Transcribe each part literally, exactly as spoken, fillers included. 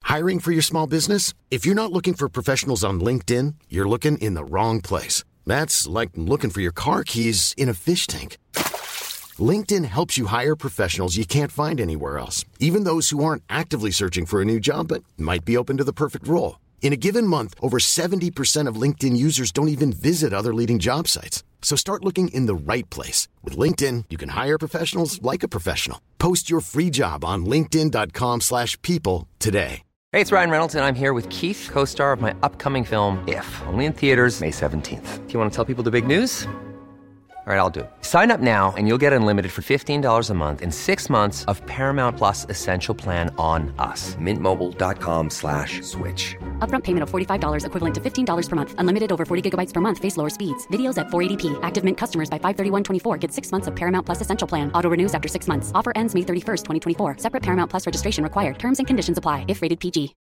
Hiring for your small business? If you're not looking for professionals on LinkedIn, you're looking in the wrong place. That's like looking for your car keys in a fish tank. LinkedIn helps you hire professionals you can't find anywhere else, even those who aren't actively searching for a new job but might be open to the perfect role. In a given month, over seventy percent of LinkedIn users don't even visit other leading job sites. So start looking in the right place. With LinkedIn, you can hire professionals like a professional. Post your free job on linkedin.com slash people today. Hey, it's Ryan Reynolds, and I'm here with Keith, co-star of my upcoming film, If, only in theaters May seventeenth. Do you want to tell people the big news? All right, I'll do it. Sign up now and you'll get unlimited for fifteen dollars a month and six months of Paramount Plus Essential Plan on us. Mint Mobile dot com slash switch. Upfront payment of forty-five dollars equivalent to fifteen dollars per month. Unlimited over forty gigabytes per month. Face lower speeds. Videos at four eighty p. Active Mint customers by five thirty-one twenty-four get six months of Paramount Plus Essential Plan. Auto renews after six months. Offer ends May thirty-first, twenty twenty-four. Separate Paramount Plus registration required. Terms and conditions apply if rated P G.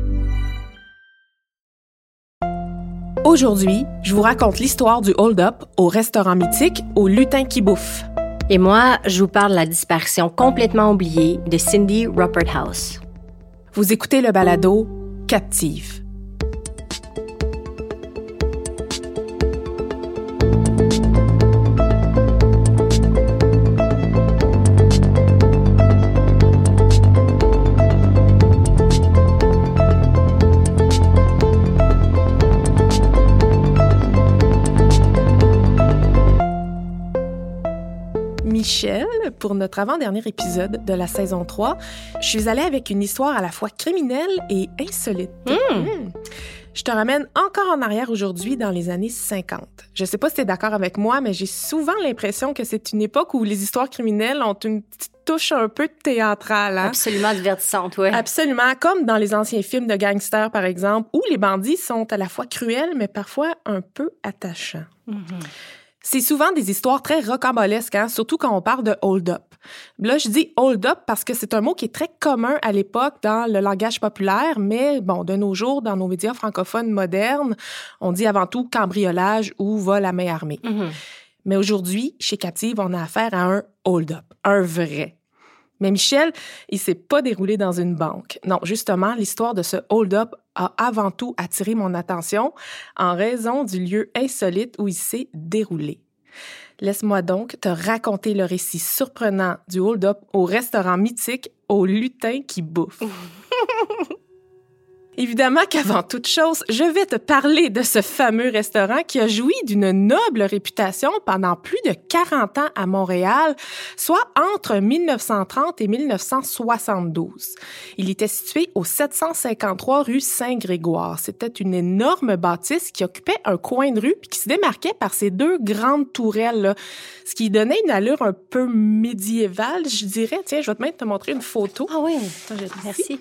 Aujourd'hui, je vous raconte l'histoire du hold-up au restaurant mythique au Lutin qui bouffe. Et moi, je vous parle de la disparition complètement oubliée de Cindy Ruppert House. Vous écoutez le balado Captive. Michel, pour notre avant-dernier épisode de la saison trois, je suis allée avec une histoire à la fois criminelle et insolite. Mmh. Mmh. Je te ramène encore en arrière aujourd'hui dans les années cinquante. Je sais pas si tu es d'accord avec moi, mais j'ai souvent l'impression que c'est une époque où les histoires criminelles ont une petite touche un peu théâtrale. Hein? Absolument divertissante, oui. Absolument, comme dans les anciens films de gangsters, par exemple, où les bandits sont à la fois cruels, mais parfois un peu attachants. Mmh. C'est souvent des histoires très rocambolesques, hein, surtout quand on parle de hold-up. Là, je dis hold-up parce que c'est un mot qui est très commun à l'époque dans le langage populaire, mais bon, de nos jours, dans nos médias francophones modernes, on dit avant tout cambriolage ou vol à main armée. Mm-hmm. Mais aujourd'hui, chez Captive, on a affaire à un hold-up, un vrai. Mais Michel, il s'est pas déroulé dans une banque. Non, justement, l'histoire de ce hold-up a avant tout attiré mon attention en raison du lieu insolite où il s'est déroulé. Laisse-moi donc te raconter le récit surprenant du hold-up au restaurant mythique au Lutin qui bouffe. Évidemment qu'avant toute chose, je vais te parler de ce fameux restaurant qui a joui d'une noble réputation pendant plus de quarante ans à Montréal, soit entre mille neuf cent trente et mille neuf cent soixante-douze. Il était situé au sept cent cinquante-trois rue Saint-Grégoire. C'était une énorme bâtisse qui occupait un coin de rue puis qui se démarquait par ses deux grandes tourelles, là, ce qui donnait une allure un peu médiévale, je dirais. Tiens, je vais te même te montrer une photo. Ah oui, merci.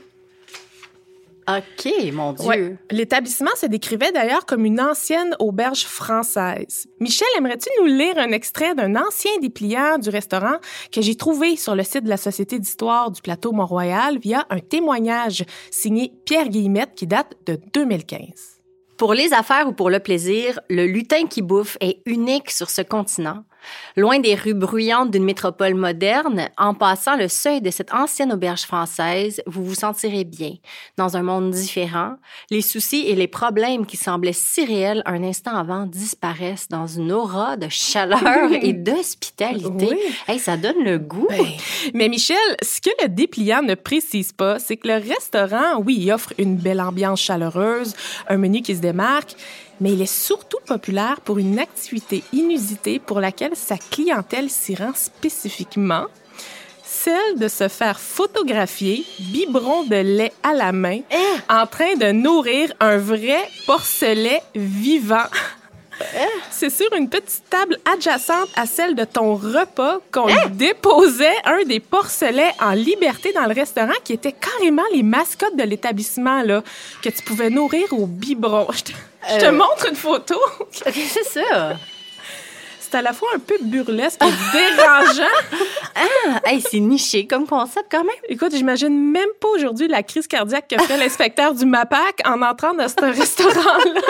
OK, mon Dieu. Ouais. L'établissement se décrivait d'ailleurs comme une ancienne auberge française. Michel, aimerais-tu nous lire un extrait d'un ancien dépliant du restaurant que j'ai trouvé sur le site de la Société d'histoire du plateau Mont-Royal via un témoignage signé Pierre Guillemette qui date de deux mille quinze? Pour les affaires ou pour le plaisir, le Lutin qui bouffe est unique sur ce continent. Loin des rues bruyantes d'une métropole moderne, en passant le seuil de cette ancienne auberge française, vous vous sentirez bien. Dans un monde différent, les soucis et les problèmes qui semblaient si réels un instant avant disparaissent dans une aura de chaleur et d'hospitalité. Oui. Hey, ça donne le goût. Ben, mais Michel, ce que le dépliant ne précise pas, c'est que le restaurant, oui, il offre une belle ambiance chaleureuse, un menu qui se démarque, mais il est surtout populaire pour une activité inusitée pour laquelle sa clientèle s'y rend spécifiquement, celle de se faire photographier, biberon de lait à la main, eh? en train de nourrir un vrai porcelet vivant. C'est sur une petite table adjacente à celle de ton repas qu'on hein? déposait un des porcelets en liberté dans le restaurant qui était carrément les mascottes de l'établissement, là, que tu pouvais nourrir au biberon. Je te, euh... je te montre une photo. C'est ça. C'est à la fois un peu burlesque et dérangeant. Ah, hey, c'est niché comme concept quand même. Écoute, j'imagine même pas aujourd'hui la crise cardiaque que fait l'inspecteur du MAPAC en entrant dans ce restaurant-là.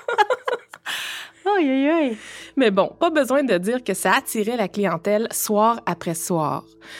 Aïe, aïe, aïe. Mais bon, pas besoin de dire que ça attirait la clientèle soir après soir.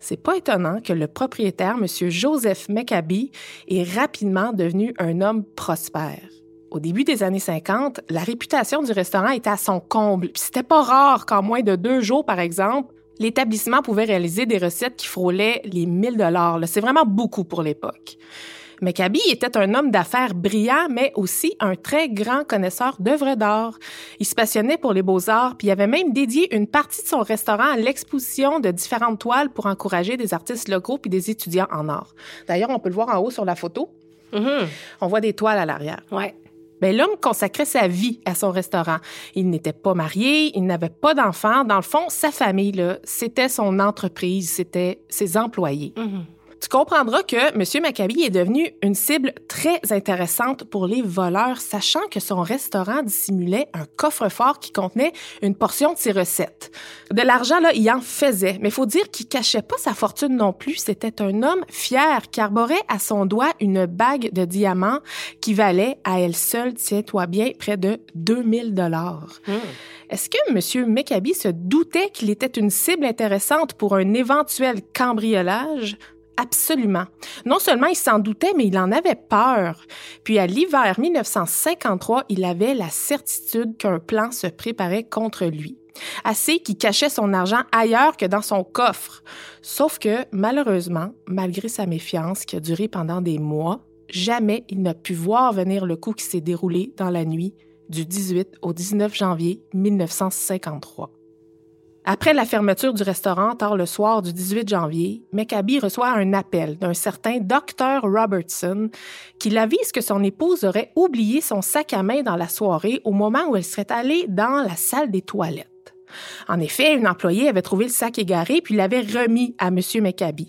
C'est pas étonnant que le propriétaire, M. Joseph McAbee, est rapidement devenu un homme prospère. Au début des années cinquante, la réputation du restaurant était à son comble. Puis c'était pas rare qu'en moins de deux jours, par exemple, l'établissement pouvait réaliser des recettes qui frôlaient les mille dollars. C'est vraiment beaucoup pour l'époque. McAbee était un homme d'affaires brillant, mais aussi un très grand connaisseur d'œuvres d'art. Il se passionnait pour les beaux-arts, puis il avait même dédié une partie de son restaurant à l'exposition de différentes toiles pour encourager des artistes locaux puis des étudiants en art. D'ailleurs, on peut le voir en haut sur la photo. Mm-hmm. On voit des toiles à l'arrière. Ouais. Ben, l'homme consacrait sa vie à son restaurant. Il n'était pas marié, il n'avait pas d'enfants. Dans le fond, sa famille, là, c'était son entreprise, c'était ses employés. Mm-hmm. Tu comprendras que M. McAbee est devenu une cible très intéressante pour les voleurs, sachant que son restaurant dissimulait un coffre-fort qui contenait une portion de ses recettes. De l'argent, là, il en faisait, mais il faut dire qu'il cachait pas sa fortune non plus. C'était un homme fier qui arborait à son doigt une bague de diamants qui valait à elle seule, tiens-toi bien, près de deux mille dollars. Mmh. Est-ce que M. McAbee se doutait qu'il était une cible intéressante pour un éventuel cambriolage? Absolument. Non seulement il s'en doutait, mais il en avait peur. Puis à l'hiver mille neuf cent cinquante-trois, il avait la certitude qu'un plan se préparait contre lui. Assez qu'il cachait son argent ailleurs que dans son coffre. Sauf que, malheureusement, malgré sa méfiance qui a duré pendant des mois, jamais il n'a pu voir venir le coup qui s'est déroulé dans la nuit du dix-huit au dix-neuf janvier mille neuf cent cinquante-trois. Après la fermeture du restaurant, tard le soir du dix-huit janvier, McAbee reçoit un appel d'un certain docteur Robertson qui l'avise que son épouse aurait oublié son sac à main dans la soirée au moment où elle serait allée dans la salle des toilettes. En effet, une employée avait trouvé le sac égaré puis l'avait remis à M. McAbee.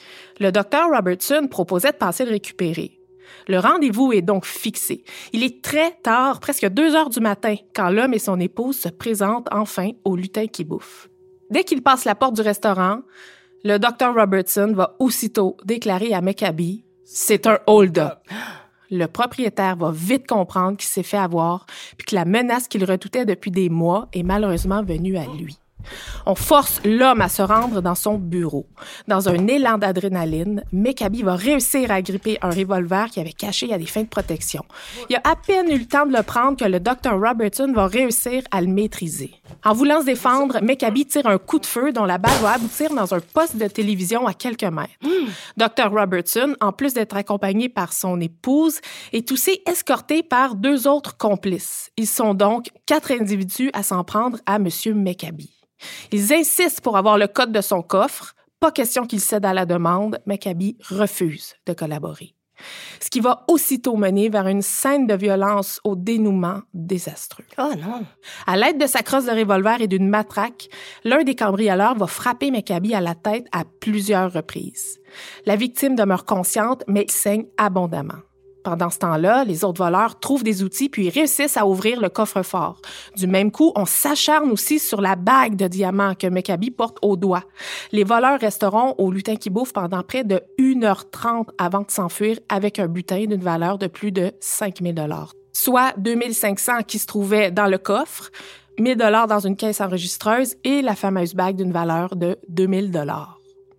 Le docteur Robertson proposait de passer le récupérer. Le rendez-vous est donc fixé. Il est très tard, presque deux heures du matin, quand l'homme et son épouse se présentent enfin au lutin qui bouffe. Dès qu'il passe la porte du restaurant, le docteur Robertson va aussitôt déclarer à McAbee « C'est un hold-up ». Le propriétaire va vite comprendre qu'il s'est fait avoir puis que la menace qu'il redoutait depuis des mois est malheureusement venue à lui. On force l'homme à se rendre dans son bureau. Dans un élan d'adrénaline, McAbee va réussir à agripper un revolver qu'il avait caché à des fins de protection. Il a à peine eu le temps de le prendre que le docteur Robertson va réussir à le maîtriser. En voulant se défendre, McAbee tire un coup de feu dont la balle va aboutir dans un poste de télévision à quelques mètres. Mmh. docteur Robertson, en plus d'être accompagné par son épouse, est aussi escorté par deux autres complices. Ils sont donc quatre individus à s'en prendre à M. McAbee. Ils insistent pour avoir le code de son coffre. Pas question qu'il cède à la demande. McAbee refuse de collaborer. Ce qui va aussitôt mener vers une scène de violence au dénouement désastreux. Oh non! À l'aide de sa crosse de revolver et d'une matraque, l'un des cambrioleurs va frapper McAbee à la tête à plusieurs reprises. La victime demeure consciente, mais il saigne abondamment. Pendant ce temps-là, les autres voleurs trouvent des outils puis réussissent à ouvrir le coffre-fort. Du même coup, on s'acharne aussi sur la bague de diamants que McAbee porte au doigt. Les voleurs resteront au lutin qui bouffe pendant près de une heure trente avant de s'enfuir avec un butin d'une valeur de plus de cinq mille dollars, soit deux mille cinq cents qui se trouvaient dans le coffre, mille dollars dans une caisse enregistreuse et la fameuse bague d'une valeur de deux mille dollars.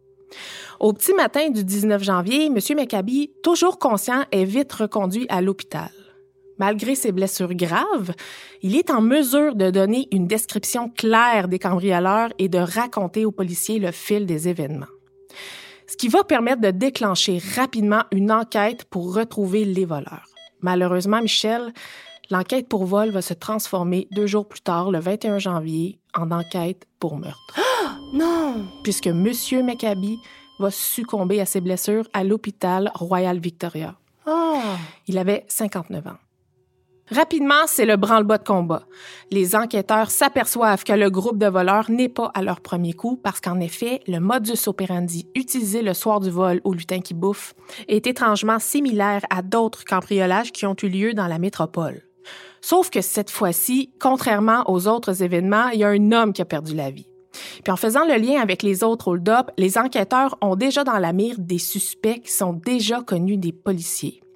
Au petit matin du dix-neuf janvier, M. McAbee, toujours conscient, est vite reconduit à l'hôpital. Malgré ses blessures graves, il est en mesure de donner une description claire des cambrioleurs et de raconter aux policiers le fil des événements. Ce qui va permettre de déclencher rapidement une enquête pour retrouver les voleurs. Malheureusement, Michel, l'enquête pour vol va se transformer deux jours plus tard, le vingt et un janvier, en enquête pour meurtre. Oh, non! Puisque M. McAbee va succomber à ses blessures à l'hôpital Royal Victoria. Oh. Il avait cinquante-neuf ans. Rapidement, c'est le branle-bas de combat. Les enquêteurs s'aperçoivent que le groupe de voleurs n'est pas à leur premier coup parce qu'en effet, le modus operandi utilisé le soir du vol au lutin qui bouffe est étrangement similaire à d'autres cambriolages qui ont eu lieu dans la métropole. Sauf que cette fois-ci, contrairement aux autres événements, il y a un homme qui a perdu la vie. Puis en faisant le lien avec les autres hold-up, les enquêteurs ont déjà dans la mire des suspects qui sont déjà connus des policiers.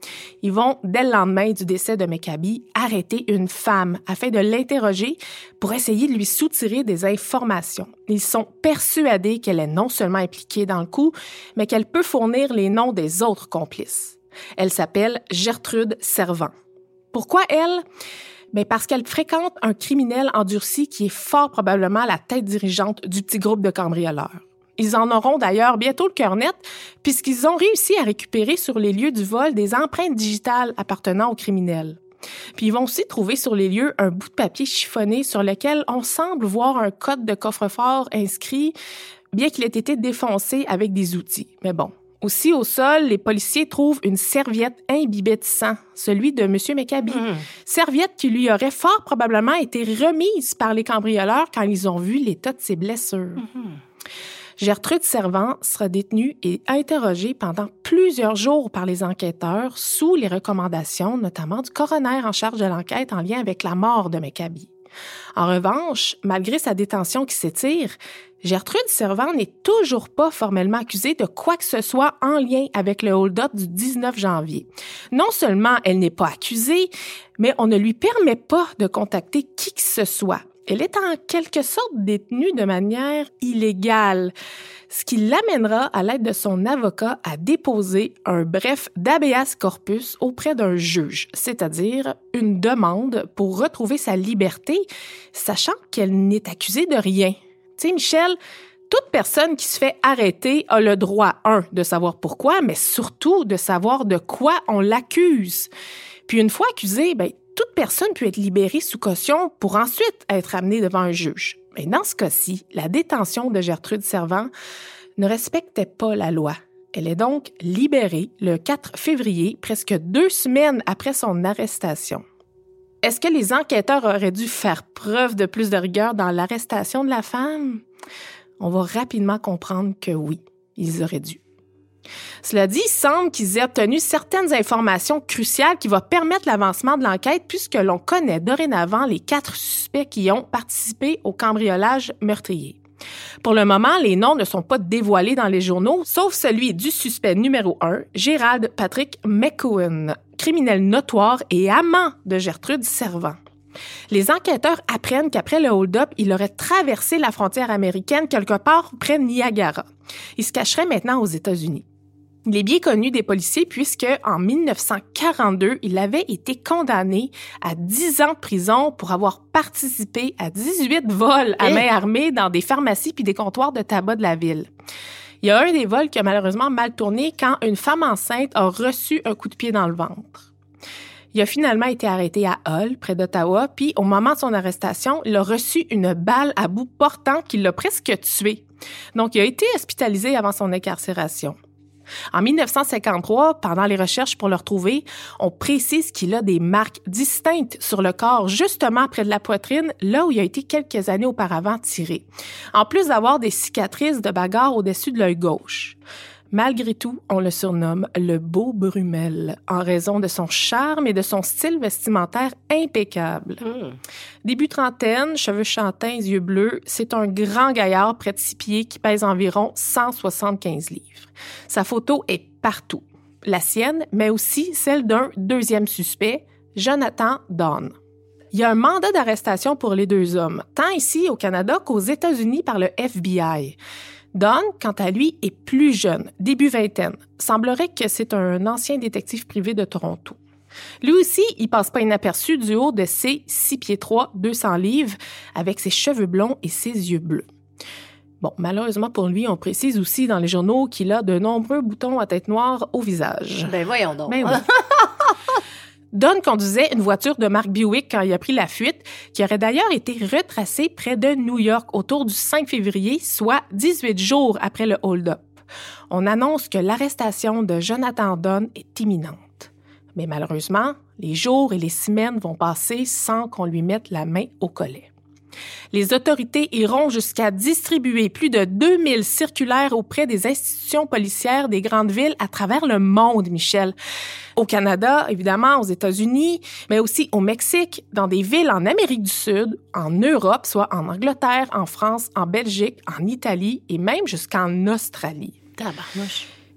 Ils vont, dès le lendemain du décès de Mekabi, arrêter une femme afin de l'interroger pour essayer de lui soutirer des informations. Ils sont persuadés qu'elle est non seulement impliquée dans le coup, mais qu'elle peut fournir les noms des autres complices. Elle s'appelle Gertrude Servan. Pourquoi elle? Bien parce qu'elle fréquente un criminel endurci qui est fort probablement la tête dirigeante du petit groupe de cambrioleurs. Ils en auront d'ailleurs bientôt le cœur net, puisqu'ils ont réussi à récupérer sur les lieux du vol des empreintes digitales appartenant au criminel. Puis ils vont aussi trouver sur les lieux un bout de papier chiffonné sur lequel on semble voir un code de coffre-fort inscrit, bien qu'il ait été défoncé avec des outils. Mais bon. Aussi, au sol, les policiers trouvent une serviette imbibée de sang, celui de M. Mekabi. Mmh. Serviette qui lui aurait fort probablement été remise par les cambrioleurs quand ils ont vu l'état de ses blessures. Mmh. Gertrude Servan sera détenue et interrogée pendant plusieurs jours par les enquêteurs sous les recommandations notamment du coroner en charge de l'enquête en lien avec la mort de Mekabi. En revanche, malgré sa détention qui s'étire, Gertrude Servan n'est toujours pas formellement accusée de quoi que ce soit en lien avec le hold-up du dix-neuf janvier. Non seulement elle n'est pas accusée, mais on ne lui permet pas de contacter qui que ce soit. Elle est en quelque sorte détenue de manière illégale, ce qui l'amènera, à l'aide de son avocat, à déposer un bref d'habeas corpus auprès d'un juge, c'est-à-dire une demande pour retrouver sa liberté, sachant qu'elle n'est accusée de rien. Tu sais, Michel, toute personne qui se fait arrêter a le droit, un, de savoir pourquoi, mais surtout de savoir de quoi on l'accuse. Puis une fois accusée, bien, toute personne peut être libérée sous caution pour ensuite être amenée devant un juge. Mais dans ce cas-ci, la détention de Gertrude Servan ne respectait pas la loi. Elle est donc libérée le quatre février, presque deux semaines après son arrestation. Est-ce que les enquêteurs auraient dû faire preuve de plus de rigueur dans l'arrestation de la femme? On va rapidement comprendre que oui, ils auraient dû. Cela dit, il semble qu'ils aient obtenu certaines informations cruciales qui vont permettre l'avancement de l'enquête puisque l'on connaît dorénavant les quatre suspects qui ont participé au cambriolage meurtrier. Pour le moment, les noms ne sont pas dévoilés dans les journaux, sauf celui du suspect numéro un, Gerald Patrick McEwen, criminel notoire et amant de Gertrude Servan. Les enquêteurs apprennent qu'après le hold-up, il aurait traversé la frontière américaine quelque part près de Niagara. Il se cacherait maintenant aux États-Unis. Il est bien connu des policiers puisque, en dix-neuf cent quarante-deux, il avait été condamné à dix ans de prison pour avoir participé à dix-huit vols à main armée dans des pharmacies puis des comptoirs de tabac de la ville. Il y a un des vols qui a malheureusement mal tourné quand une femme enceinte a reçu un coup de pied dans le ventre. Il a finalement été arrêté à Hull, près d'Ottawa, puis au moment de son arrestation, il a reçu une balle à bout portant qui l'a presque tué. Donc, il a été hospitalisé avant son incarcération. En dix-neuf cent cinquante-trois, pendant les recherches pour le retrouver, on précise qu'il a des marques distinctes sur le corps, justement près de la poitrine, là où il a été quelques années auparavant tiré, en plus d'avoir des cicatrices de bagarre au-dessus de l'œil gauche. Malgré tout, on le surnomme le Beau Brummel, en raison de son charme et de son style vestimentaire impeccable. Mmh. Début trentaine, cheveux châtains, yeux bleus, c'est un grand gaillard près de six pieds qui pèse environ cent soixante-quinze livres. Sa photo est partout. La sienne, mais aussi celle d'un deuxième suspect, Jonathan Dunn. Il y a un mandat d'arrestation pour les deux hommes, tant ici au Canada qu'aux États-Unis par le F B I. Dunn, quant à lui, est plus jeune, début vingtaine. Semblerait que c'est un ancien détective privé de Toronto. Lui aussi, il passe pas inaperçu du haut de ses six pieds trois, deux cents livres, avec ses cheveux blonds et ses yeux bleus. Bon, malheureusement pour lui, on précise aussi dans les journaux qu'il a de nombreux boutons à tête noire au visage. Ben voyons donc. Ben oui. Dunn conduisait une voiture de marque Buick quand il a pris la fuite, qui aurait d'ailleurs été retracée près de New York autour du cinq février, soit dix-huit jours après le hold-up. On annonce que l'arrestation de Jonathan Dunn est imminente. Mais malheureusement, les jours et les semaines vont passer sans qu'on lui mette la main au collet. Les autorités iront jusqu'à distribuer plus de deux mille circulaires auprès des institutions policières des grandes villes à travers le monde, Michel. Au Canada, évidemment, aux États-Unis, mais aussi au Mexique, dans des villes en Amérique du Sud, en Europe, soit en Angleterre, en France, en Belgique, en Italie et même jusqu'en Australie. Tabarnouche.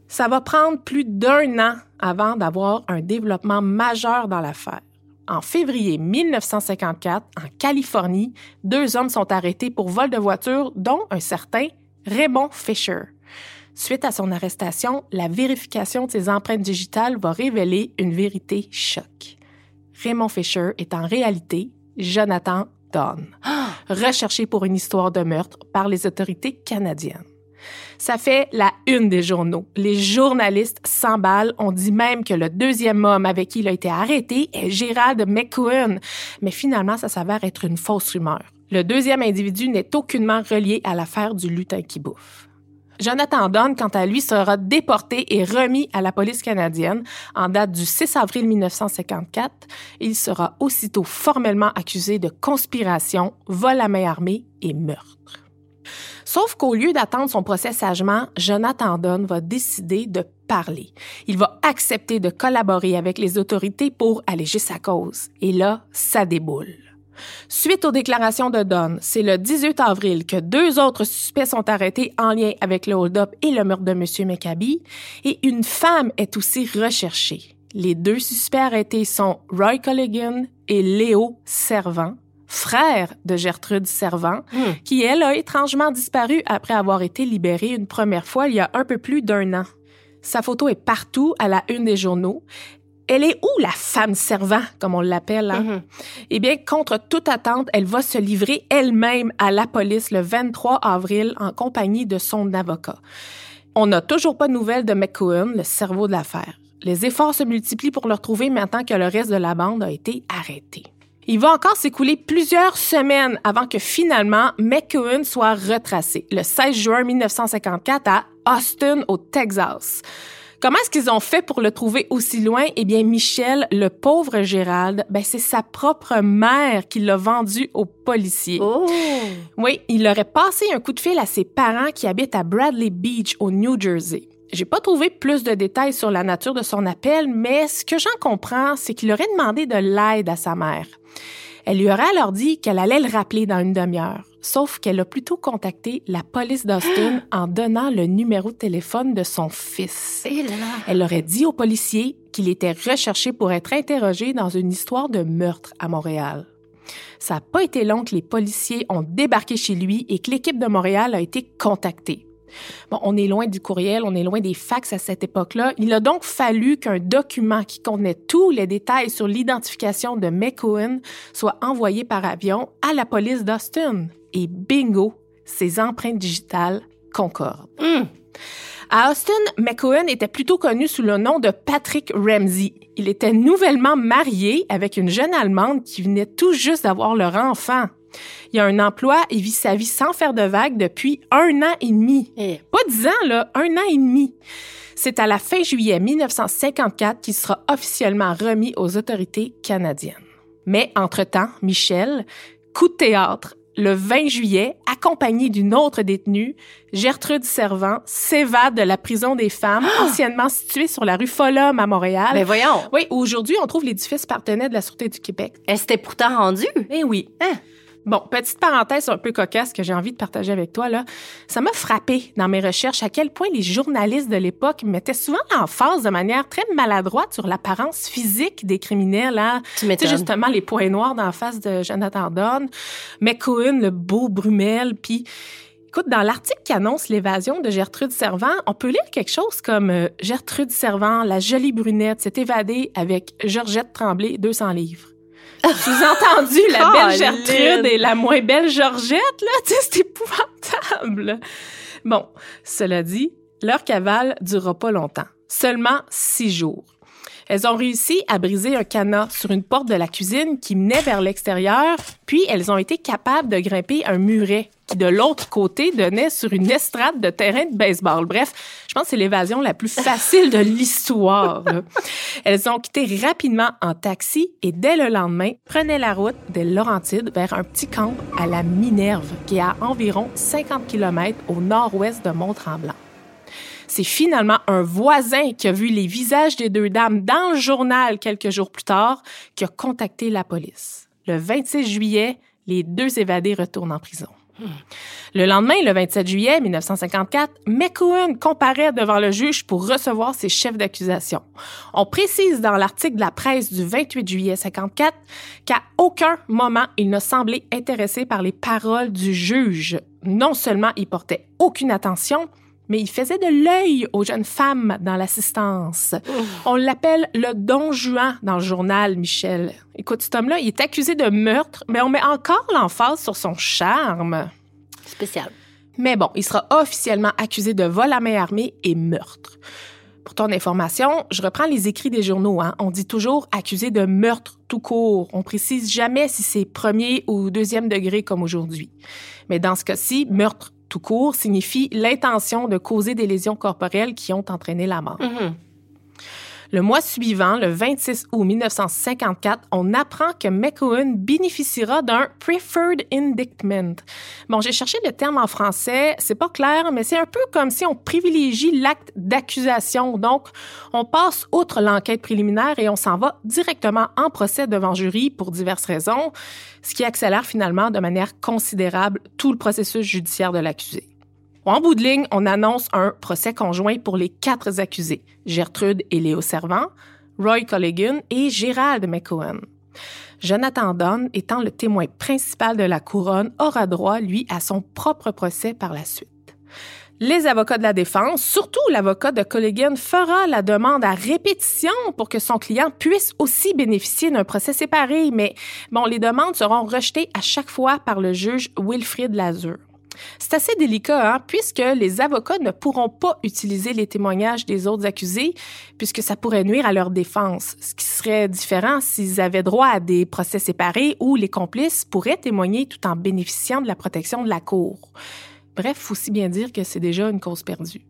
Ça va prendre plus d'un an avant d'avoir un développement majeur dans l'affaire. En février mille neuf cent cinquante-quatre, en Californie, deux hommes sont arrêtés pour vol de voiture, dont un certain Raymond Fisher. Suite à son arrestation, la vérification de ses empreintes digitales va révéler une vérité choc. Raymond Fisher est en réalité Jonathan Dunn, recherché pour une histoire de meurtre par les autorités canadiennes. Ça fait la une des journaux. Les journalistes s'emballent. On dit même que le deuxième homme avec qui il a été arrêté est Gerald McCohen. Mais finalement, ça s'avère être une fausse rumeur. Le deuxième individu n'est aucunement relié à l'affaire du lutin qui bouffe. Jonathan Dunn, quant à lui, sera déporté et remis à la police canadienne en date du six avril mille neuf cent cinquante-quatre. Il sera aussitôt formellement accusé de conspiration, vol à main armée et meurtre. Sauf qu'au lieu d'attendre son procès sagement, Jonathan Dunn va décider de parler. Il va accepter de collaborer avec les autorités pour alléger sa cause. Et là, ça déboule. Suite aux déclarations de Dunn, c'est le dix-huit avril que deux autres suspects sont arrêtés en lien avec le hold-up et le meurtre de M. McCabe, et une femme est aussi recherchée. Les deux suspects arrêtés sont Roy Colligan et Léo Servant, frère de Gertrude Servant, mmh. qui, elle, a étrangement disparu après avoir été libérée une première fois il y a un peu plus d'un an. Sa photo est partout à la une des journaux. Elle est où, la femme servant, comme on l'appelle? Hein? Mm-hmm. Eh bien, contre toute attente, elle va se livrer elle-même à la police le vingt-trois avril en compagnie de son avocat. On n'a toujours pas de nouvelles de McCohen, le cerveau de l'affaire. Les efforts se multiplient pour le retrouver maintenant que le reste de la bande a été arrêté. Il va encore s'écouler plusieurs semaines avant que finalement McCohen soit retracé, le seize juin mille neuf cent cinquante-quatre à Austin, au Texas. Comment est-ce qu'ils ont fait pour le trouver aussi loin? Eh bien, Michel, le pauvre Gérald, ben c'est sa propre mère qui l'a vendu aux policiers. Oh! Oui, il aurait passé un coup de fil à ses parents qui habitent à Bradley Beach, au New Jersey. J'ai pas trouvé plus de détails sur la nature de son appel, mais ce que j'en comprends, c'est qu'il aurait demandé de l'aide à sa mère. Elle lui aurait alors dit qu'elle allait le rappeler dans une demi-heure. Sauf qu'elle a plutôt contacté la police d'Austin en donnant le numéro de téléphone de son fils. Et là là. Elle aurait dit aux policiers qu'il était recherché pour être interrogé dans une histoire de meurtre à Montréal. Ça n'a pas été long que les policiers ont débarqué chez lui et que l'équipe de Montréal a été contactée. Bon, on est loin du courriel, on est loin des fax à cette époque-là. Il a donc fallu qu'un document qui contenait tous les détails sur l'identification de McCohen soit envoyé par avion à la police d'Austin. Et bingo, ses empreintes digitales concordent. Mm. À Austin, McCohen était plutôt connu sous le nom de Patrick Ramsey. Il était nouvellement marié avec une jeune Allemande qui venait tout juste d'avoir leur enfant. Il a un emploi et vit sa vie sans faire de vagues depuis un an et demi. Eh. Pas dix ans, là, un an et demi. C'est à la fin juillet mille neuf cent cinquante-quatre qu'il sera officiellement remis aux autorités canadiennes. Mais entre-temps, Michel, coup de théâtre, le vingt juillet, accompagné d'une autre détenue, Gertrude Servant, s'évade de la prison des femmes, ah! anciennement située sur la rue Follum à Montréal. Mais voyons! Oui, où aujourd'hui, on trouve l'édifice partenaire de la Sûreté du Québec. Elle s'était pourtant rendue? Eh oui. Hein? Bon, petite parenthèse un peu cocasse que j'ai envie de partager avec toi, là. Ça m'a frappé dans mes recherches à quel point les journalistes de l'époque mettaient souvent l'emphase de manière très maladroite sur l'apparence physique des criminels, hein. Tu m'étonnes. Tu sais, justement, les points noirs d'en face de Jonathan Dunn, McCohen, le beau Brumel, puis... Écoute, dans l'article qui annonce l'évasion de Gertrude Servant, on peut lire quelque chose comme euh, « Gertrude Servant, la jolie brunette, s'est évadée avec Georgette Tremblay, deux cents livres ». Sous-entendu, la belle Gertrude et la moins belle Georgette, là, tu sais, c'est épouvantable. Bon, cela dit, leur cavale durera pas longtemps. Seulement six jours. Elles ont réussi à briser un cadenas sur une porte de la cuisine qui menait vers l'extérieur, puis elles ont été capables de grimper un muret qui, de l'autre côté, donnait sur une estrade de terrain de baseball. Bref, je pense que c'est l'évasion la plus facile de l'histoire. Elles ont quitté rapidement en taxi et, dès le lendemain, prenaient la route des Laurentides vers un petit camp à la Minerve, qui est à environ cinquante kilomètres au nord-ouest de Mont-Tremblant. C'est finalement un voisin qui a vu les visages des deux dames dans le journal quelques jours plus tard qui a contacté la police. Le vingt-six juillet, les deux évadés retournent en prison. Le lendemain, le vingt-sept juillet mille neuf cent cinquante-quatre, McEwen comparaît devant le juge pour recevoir ses chefs d'accusation. On précise dans l'article de la presse du vingt-huit juillet cinquante-quatre qu'à aucun moment il n'a semblé intéressé par les paroles du juge. Non seulement il portait aucune attention, mais il faisait de l'œil aux jeunes femmes dans l'assistance. On l'appelle le Don Juan dans le journal, Michel. Écoute, cet homme-là, il est accusé de meurtre, mais on met encore l'emphase sur son charme. Spécial. Mais bon, il sera officiellement accusé de vol à main armée et meurtre. Pour ton information, je reprends les écrits des journaux. Hein. On dit toujours accusé de meurtre tout court. On précise jamais si c'est premier ou deuxième degré comme aujourd'hui. Mais dans ce cas-ci, meurtre tout court signifie l'intention de causer des lésions corporelles qui ont entraîné la mort. Mm-hmm. Le mois suivant, le vingt-six août mille neuf cent cinquante-quatre, on apprend que McEwen bénéficiera d'un preferred indictment. Bon, j'ai cherché le terme en français, c'est pas clair, mais c'est un peu comme si on privilégie l'acte d'accusation. Donc, on passe outre l'enquête préliminaire et on s'en va directement en procès devant jury pour diverses raisons, ce qui accélère finalement de manière considérable tout le processus judiciaire de l'accusé. En bout de ligne, on annonce un procès conjoint pour les quatre accusés, Gertrude et Léo Servan, Roy Colligan et Gerald McEwen. Jonathan Dunn, étant le témoin principal de la couronne, aura droit, lui, à son propre procès par la suite. Les avocats de la défense, surtout l'avocat de Colligan, fera la demande à répétition pour que son client puisse aussi bénéficier d'un procès séparé, mais bon, les demandes seront rejetées à chaque fois par le juge Wilfrid Lazur. C'est assez délicat, hein, puisque les avocats ne pourront pas utiliser les témoignages des autres accusés, puisque ça pourrait nuire à leur défense, ce qui serait différent s'ils avaient droit à des procès séparés où les complices pourraient témoigner tout en bénéficiant de la protection de la cour. Bref, il faut aussi bien dire que c'est déjà une cause perdue.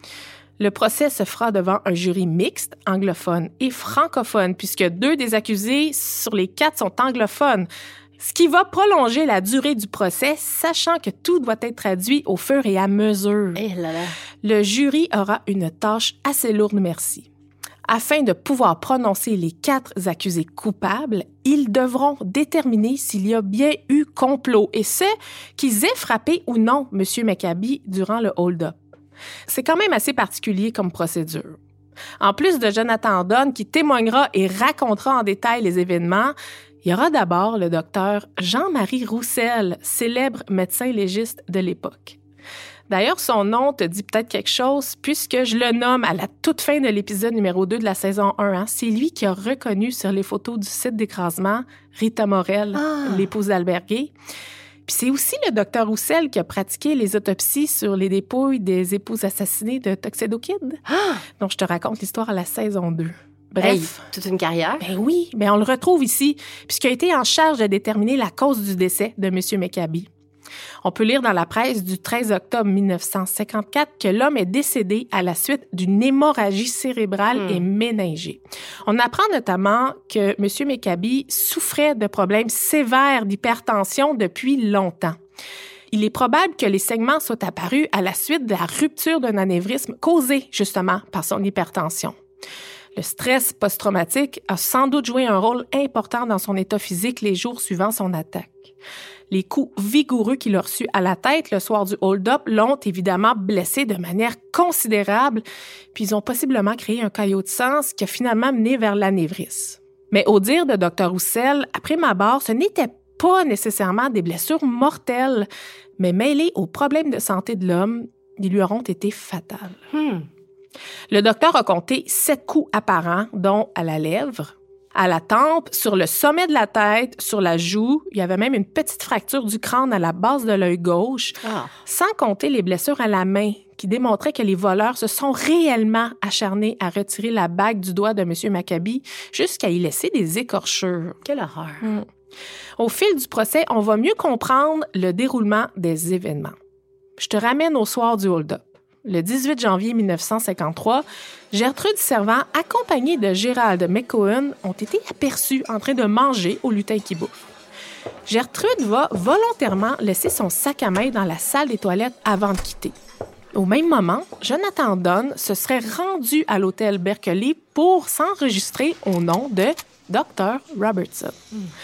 Le procès se fera devant un jury mixte, anglophone et francophone, puisque deux des accusés sur les quatre sont anglophones, ce qui va prolonger la durée du procès, sachant que tout doit être traduit au fur et à mesure. Eh là là. Le jury aura une tâche assez lourde, merci. Afin de pouvoir prononcer les quatre accusés coupables, ils devront déterminer s'il y a bien eu complot, et ce, qu'ils aient frappé ou non M. McCabe durant le hold-up. C'est quand même assez particulier comme procédure. En plus de Jonathan Dunn qui témoignera et racontera en détail les événements, il y aura d'abord le docteur Jean-Marie Roussel, célèbre médecin légiste de l'époque. D'ailleurs, son nom te dit peut-être quelque chose puisque je le nomme à la toute fin de l'épisode numéro deux de la saison un. Hein. C'est lui qui a reconnu sur les photos du site d'écrasement Rita Morel, ah. l'épouse d'Albert Gay. Puis c'est aussi le docteur Roussel qui a pratiqué les autopsies sur les dépouilles des épouses assassinées de Tuxedo Kid. Ah. Donc, je te raconte l'histoire à la saison deux. Bref. Hey, toute une carrière. Ben oui, ben on le retrouve ici, puisqu'il a été en charge de déterminer la cause du décès de M. McCabe. On peut lire dans la presse du treize octobre mille neuf cent cinquante-quatre que l'homme est décédé à la suite d'une hémorragie cérébrale mmh. et méningée. On apprend notamment que M. McCabe souffrait de problèmes sévères d'hypertension depuis longtemps. Il est probable que les saignements soient apparus à la suite de la rupture d'un anévrisme causé justement par son hypertension. Le stress post-traumatique a sans doute joué un rôle important dans son état physique les jours suivant son attaque. Les coups vigoureux qu'il a reçus à la tête le soir du hold-up l'ont évidemment blessé de manière considérable, puis ils ont possiblement créé un caillot de sang, ce qui a finalement mené vers l'anévrisme. Mais au dire de docteur Roussel, après ma barre, ce n'était pas nécessairement des blessures mortelles, mais mêlées aux problèmes de santé de l'homme, ils lui auront été fatales. Hmm. Le docteur a compté sept coups apparents, dont à la lèvre, à la tempe, sur le sommet de la tête, sur la joue. Il y avait même une petite fracture du crâne à la base de l'œil gauche, ah. sans compter les blessures à la main qui démontraient que les voleurs se sont réellement acharnés à retirer la bague du doigt de M. McCabe jusqu'à y laisser des écorchures. Quelle horreur! Mmh. Au fil du procès, on va mieux comprendre le déroulement des événements. Je te ramène au soir du hold-up. Le dix-huit janvier mille neuf cent cinquante-trois, Gertrude Servan, accompagnée de Gerald McEwen, ont été aperçus en train de manger au lutin qui bouffe. Gertrude va volontairement laisser son sac à main dans la salle des toilettes avant de quitter. Au même moment, Jonathan Dunn se serait rendu à l'hôtel Berkeley pour s'enregistrer au nom de docteur Robertson. Mm.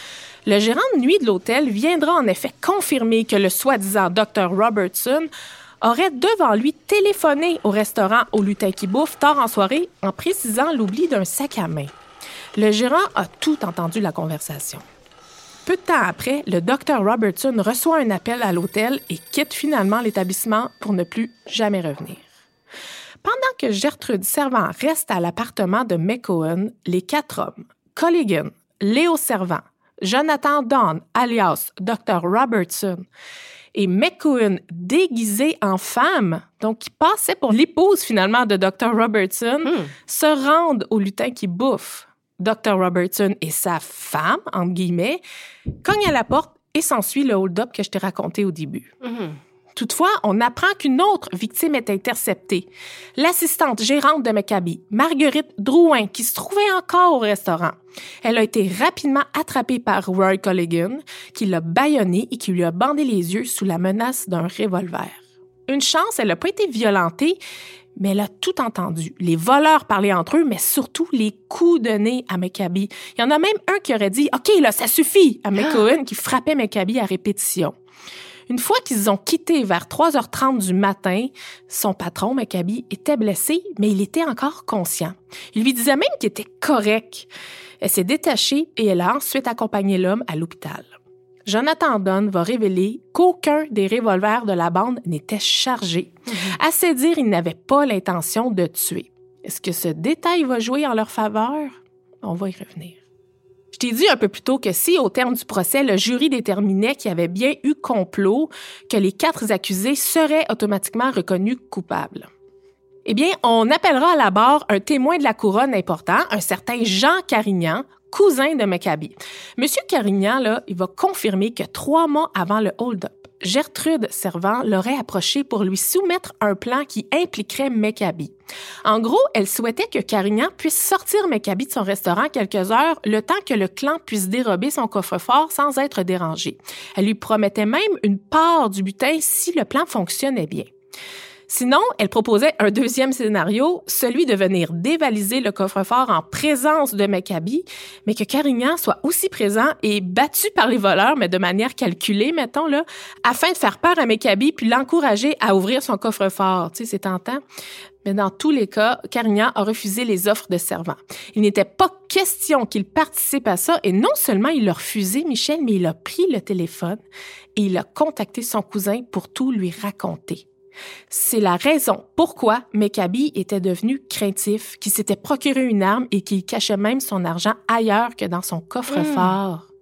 Le gérant de nuit de l'hôtel viendra en effet confirmer que le soi-disant docteur Robertson aurait devant lui téléphoné au restaurant au Lutin qui bouffe tard en soirée en précisant l'oubli d'un sac à main. Le gérant a tout entendu la conversation. Peu de temps après, le docteur Robertson reçoit un appel à l'hôtel et quitte finalement l'établissement pour ne plus jamais revenir. Pendant que Gertrude Servant reste à l'appartement de McCohen, les quatre hommes, Colligan, Léo Servant, Jonathan Dunn, alias docteur Robertson, et McCohen déguisé en femme, donc qui passait pour l'épouse finalement de docteur Robertson, mm. se rendent au Lutin qui bouffe. docteur Robertson et sa femme, entre guillemets, cognent à la porte et s'ensuit le hold-up que je t'ai raconté au début. Mm. Toutefois, on apprend qu'une autre victime est interceptée. L'assistante gérante de Maccabi, Marguerite Drouin, qui se trouvait encore au restaurant. Elle a été rapidement attrapée par Roy Colligan, qui l'a bâillonnée et qui lui a bandé les yeux sous la menace d'un revolver. Une chance, elle n'a pas été violentée, mais elle a tout entendu. Les voleurs parlaient entre eux, mais surtout les coups de nez à Maccabi. Il y en a même un qui aurait dit « OK, là, ça suffit » à McCohen, qui frappait Maccabi à répétition. Une fois qu'ils ont quitté vers trois heures trente du matin, son patron, Maccabi, était blessé, mais il était encore conscient. Il lui disait même qu'il était correct. Elle s'est détachée et elle a ensuite accompagné l'homme à l'hôpital. Jonathan Dunn va révéler qu'aucun des revolvers de la bande n'était chargé. Mm-hmm. À se dire, il n'avait pas l'intention de tuer. Est-ce que ce détail va jouer en leur faveur? On va y revenir. Je t'ai dit un peu plus tôt que si, au terme du procès, le jury déterminait qu'il y avait bien eu complot, que les quatre accusés seraient automatiquement reconnus coupables. Eh bien, on appellera à la barre un témoin de la couronne important, un certain Jean Carignan, cousin de Maccabi. Monsieur Carignan, là, il va confirmer que trois mois avant le hold-up, Gertrude Servant l'aurait approché pour lui soumettre un plan qui impliquerait Maccabi. En gros, elle souhaitait que Carignan puisse sortir Maccabi de son restaurant quelques heures, le temps que le clan puisse dérober son coffre-fort sans être dérangé. Elle lui promettait même une part du butin si le plan fonctionnait bien. Sinon, elle proposait un deuxième scénario, celui de venir dévaliser le coffre-fort en présence de Maccabi, mais que Carignan soit aussi présent et battu par les voleurs, mais de manière calculée, mettons, là, afin de faire peur à Maccabi puis l'encourager à ouvrir son coffre-fort. Tu sais, c'est tentant. Mais dans tous les cas, Carignan a refusé les offres de Servant. Il n'était pas question qu'il participe à ça, et non seulement il l'a refusé, Michel, mais il a pris le téléphone et il a contacté son cousin pour tout lui raconter. C'est la raison pourquoi Maccabi était devenu craintif, qu'il s'était procuré une arme et qu'il cachait même son argent ailleurs que dans son coffre-fort. Mmh.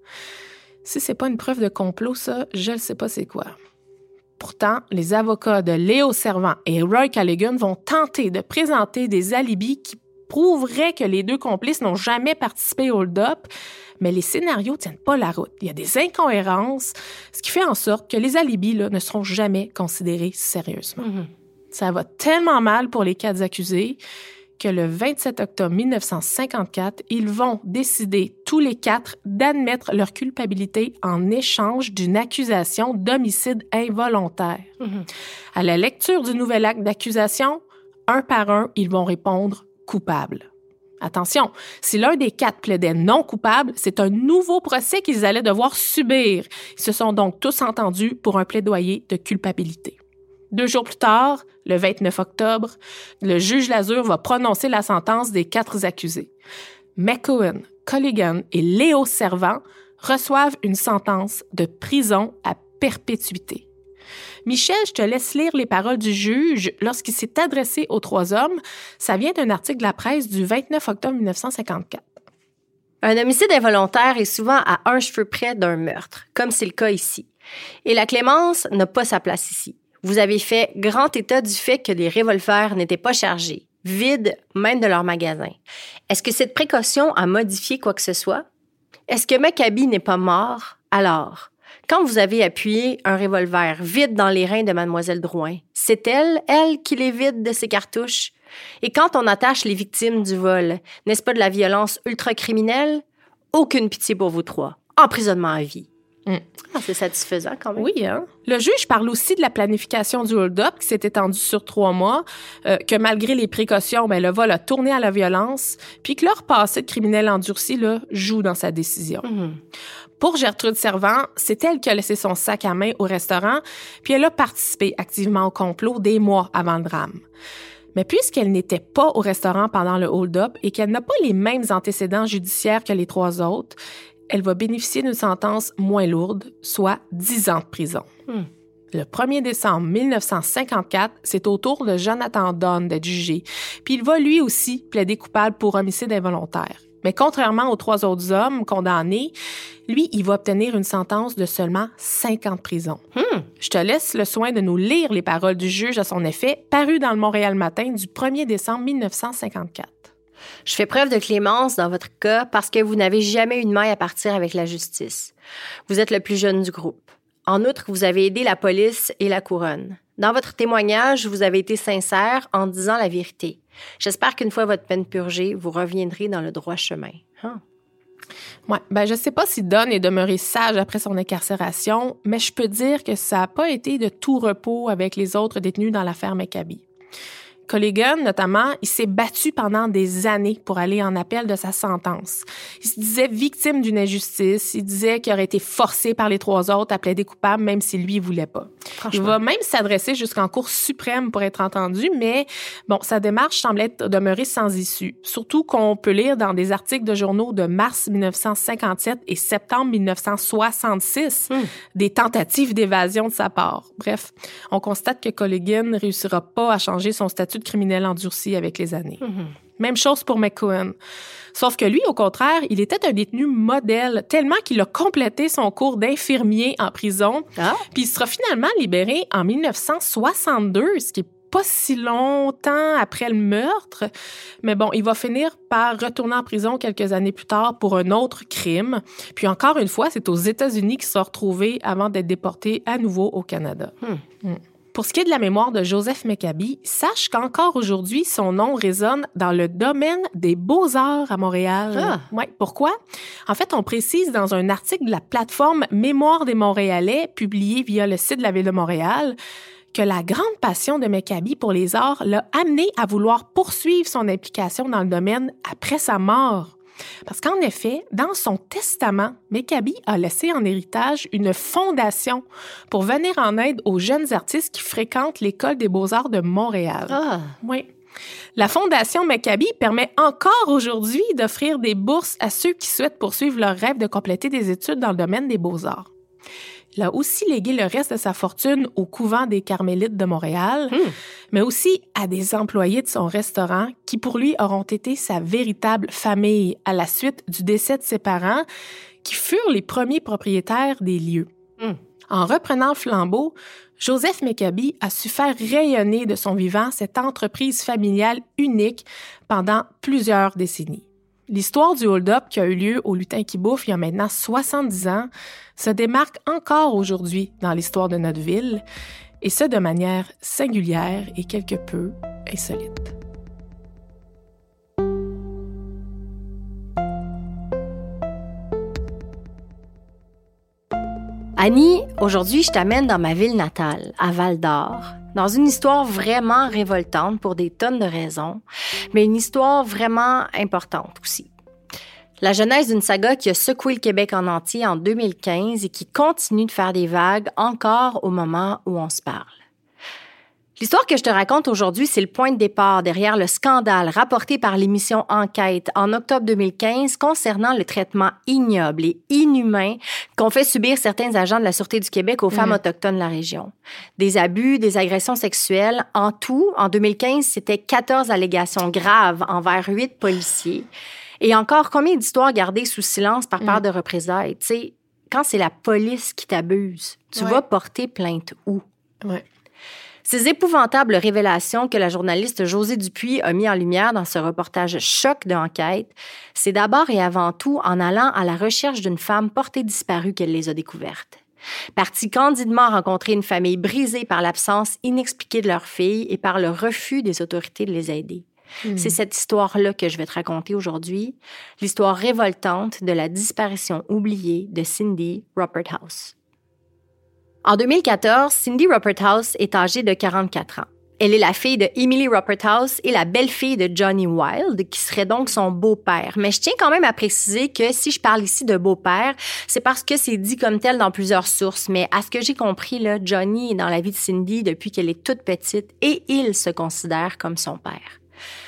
Si c'est pas une preuve de complot, ça, je ne sais pas c'est quoi. Pourtant, les avocats de Léo Servant et Roy Colligan vont tenter de présenter des alibis qui prouveraient que les deux complices n'ont jamais participé au hold-up, mais les scénarios ne tiennent pas la route. Il y a des incohérences, ce qui fait en sorte que les alibis là, ne seront jamais considérés sérieusement. Mm-hmm. Ça va tellement mal pour les quatre accusés que le vingt-sept octobre mille neuf cent cinquante-quatre, ils vont décider tous les quatre d'admettre leur culpabilité en échange d'une accusation d'homicide involontaire. Mm-hmm. À la lecture du nouvel acte d'accusation, un par un, ils vont répondre coupable. Attention, si l'un des quatre plaidait non coupable, c'est un nouveau procès qu'ils allaient devoir subir. Ils se sont donc tous entendus pour un plaidoyer de culpabilité. Deux jours plus tard, le vingt-neuf octobre, le juge Lazur va prononcer la sentence des quatre accusés. McCohen, Colligan et Léo Servant reçoivent une sentence de prison à perpétuité. Michel, je te laisse lire les paroles du juge lorsqu'il s'est adressé aux trois hommes. Ça vient d'un article de la presse du vingt-neuf octobre mille neuf cent cinquante-quatre. Un homicide involontaire est souvent à un cheveu près d'un meurtre, comme c'est le cas ici. Et la clémence n'a pas sa place ici. Vous avez fait grand état du fait que les revolvers n'étaient pas chargés, vides même de leur magasin. Est-ce que cette précaution a modifié quoi que ce soit? Est-ce que Maccabi n'est pas mort? Alors, quand vous avez appuyé un revolver vide dans les reins de Mademoiselle Drouin, c'est elle, elle, qui les vide de ses cartouches? Et quand on attache les victimes du vol, n'est-ce pas de la violence ultra-criminelle? Aucune pitié pour vous trois. Emprisonnement à vie. Mm. Ah, c'est satisfaisant quand même. Oui, hein? Le juge parle aussi de la planification du hold-up qui s'est étendue sur trois mois, euh, que malgré les précautions, ben, le vol a tourné à la violence, puis que leur passé de criminel endurci là, joue dans sa décision. Mm. Pour Gertrude Servant, c'est elle qui a laissé son sac à main au restaurant, puis elle a participé activement au complot des mois avant le drame. Mais puisqu'elle n'était pas au restaurant pendant le hold-up et qu'elle n'a pas les mêmes antécédents judiciaires que les trois autres, elle va bénéficier d'une sentence moins lourde, soit dix ans de prison. Hmm. Le premier décembre mille neuf cent cinquante-quatre, c'est au tour de Jonathan Dunn d'être jugé, puis il va lui aussi plaider coupable pour homicide involontaire. Mais contrairement aux trois autres hommes condamnés, lui, il va obtenir une sentence de seulement cinq ans de prison. Hmm. Je te laisse le soin de nous lire les paroles du juge à son effet, parues dans le Montréal Matin du premier décembre mille neuf cent cinquante-quatre. Je fais preuve de clémence dans votre cas parce que vous n'avez jamais eu de maille à partir avec la justice. Vous êtes le plus jeune du groupe. En outre, vous avez aidé la police et la couronne. Dans votre témoignage, vous avez été sincère en disant la vérité. J'espère qu'une fois votre peine purgée, vous reviendrez dans le droit chemin. Hein? Ouais, ben je sais pas si Don est demeuré sage après son incarcération, mais je peux dire que ça n'a pas été de tout repos avec les autres détenus dans l'affaire Maccabi. Colligan, notamment, il s'est battu pendant des années pour aller en appel de sa sentence. Il se disait victime d'une injustice. Il disait qu'il aurait été forcé par les trois autres à plaider coupable, même si lui, il voulait pas. Il va même s'adresser jusqu'en Cour suprême pour être entendu, mais bon, sa démarche semble être demeurée sans issue. Surtout qu'on peut lire dans des articles de journaux de mars mille neuf cent cinquante-sept et septembre mille neuf cent soixante-six hum. des tentatives d'évasion de sa part. Bref, on constate que Colligan ne réussira pas à changer son statut de criminel endurci avec les années. Mm-hmm. Même chose pour McCohen. Sauf que lui, au contraire, il était un détenu modèle, tellement qu'il a complété son cours d'infirmier en prison. Ah. Puis il sera finalement libéré en mille neuf cent soixante-deux, ce qui est pas si longtemps après le meurtre. Mais bon, il va finir par retourner en prison quelques années plus tard pour un autre crime. Puis encore une fois, c'est aux États-Unis qu'il sera retrouvé avant d'être déporté à nouveau au Canada. Hmm. Hmm. Pour ce qui est de la mémoire de Joseph Maccabi, sache qu'encore aujourd'hui, son nom résonne dans le domaine des beaux-arts à Montréal. Ah. Ouais, pourquoi? En fait, on précise dans un article de la plateforme Mémoire des Montréalais, publié via le site de la Ville de Montréal, que la grande passion de Maccabi pour les arts l'a amené à vouloir poursuivre son implication dans le domaine après sa mort. Parce qu'en effet, dans son testament, Maccabi a laissé en héritage une fondation pour venir en aide aux jeunes artistes qui fréquentent l'École des beaux-arts de Montréal. Ah. Oui. La Fondation Maccabi permet encore aujourd'hui d'offrir des bourses à ceux qui souhaitent poursuivre leur rêve de compléter des études dans le domaine des beaux-arts. Il a aussi légué le reste de sa fortune au couvent des Carmélites de Montréal, mmh. mais aussi à des employés de son restaurant qui, pour lui, auront été sa véritable famille à la suite du décès de ses parents, qui furent les premiers propriétaires des lieux. Mmh. En reprenant le flambeau, Joseph Maccabi a su faire rayonner de son vivant cette entreprise familiale unique pendant plusieurs décennies. L'histoire du hold-up qui a eu lieu au Lutin qui bouffe il y a maintenant soixante-dix ans se démarque encore aujourd'hui dans l'histoire de notre ville, et ce de manière singulière et quelque peu insolite. Annie, aujourd'hui, je t'amène dans ma ville natale, à Val-d'Or, dans une histoire vraiment révoltante pour des tonnes de raisons, mais une histoire vraiment importante aussi. La genèse d'une saga qui a secoué le Québec en entier en deux mille quinze et qui continue de faire des vagues encore au moment où on se parle. L'histoire que je te raconte aujourd'hui, c'est le point de départ derrière le scandale rapporté par l'émission Enquête en octobre deux mille quinze concernant le traitement ignoble et inhumain qu'ont fait subir certains agents de la Sûreté du Québec aux femmes mmh. autochtones de la région. Des abus, des agressions sexuelles. En tout, en deux mille quinze, c'était quatorze allégations graves envers huit policiers. Et encore, combien d'histoires gardées sous silence par peur mmh. de représailles? Tu sais, quand c'est la police qui t'abuse, tu ouais. vas porter plainte où? Ouais. Ces épouvantables révélations que la journaliste Josée Dupuis a mis en lumière dans ce reportage choc d'Enquête, c'est d'abord et avant tout en allant à la recherche d'une femme portée disparue qu'elle les a découvertes. Partie candidement rencontrer une famille brisée par l'absence inexpliquée de leur fille et par le refus des autorités de les aider. Mmh. C'est cette histoire-là que je vais te raconter aujourd'hui, l'histoire révoltante de la disparition oubliée de Cindy Ruperthouse. En deux mille quatorze, Cindy Ruperthouse est âgée de quarante-quatre ans. Elle est la fille de Emily Rupert-House et la belle-fille de Johnny Wilde, qui serait donc son beau-père. Mais je tiens quand même à préciser que si je parle ici de beau-père, c'est parce que c'est dit comme tel dans plusieurs sources. Mais à ce que j'ai compris, là, Johnny est dans la vie de Cindy depuis qu'elle est toute petite et il se considère comme son père.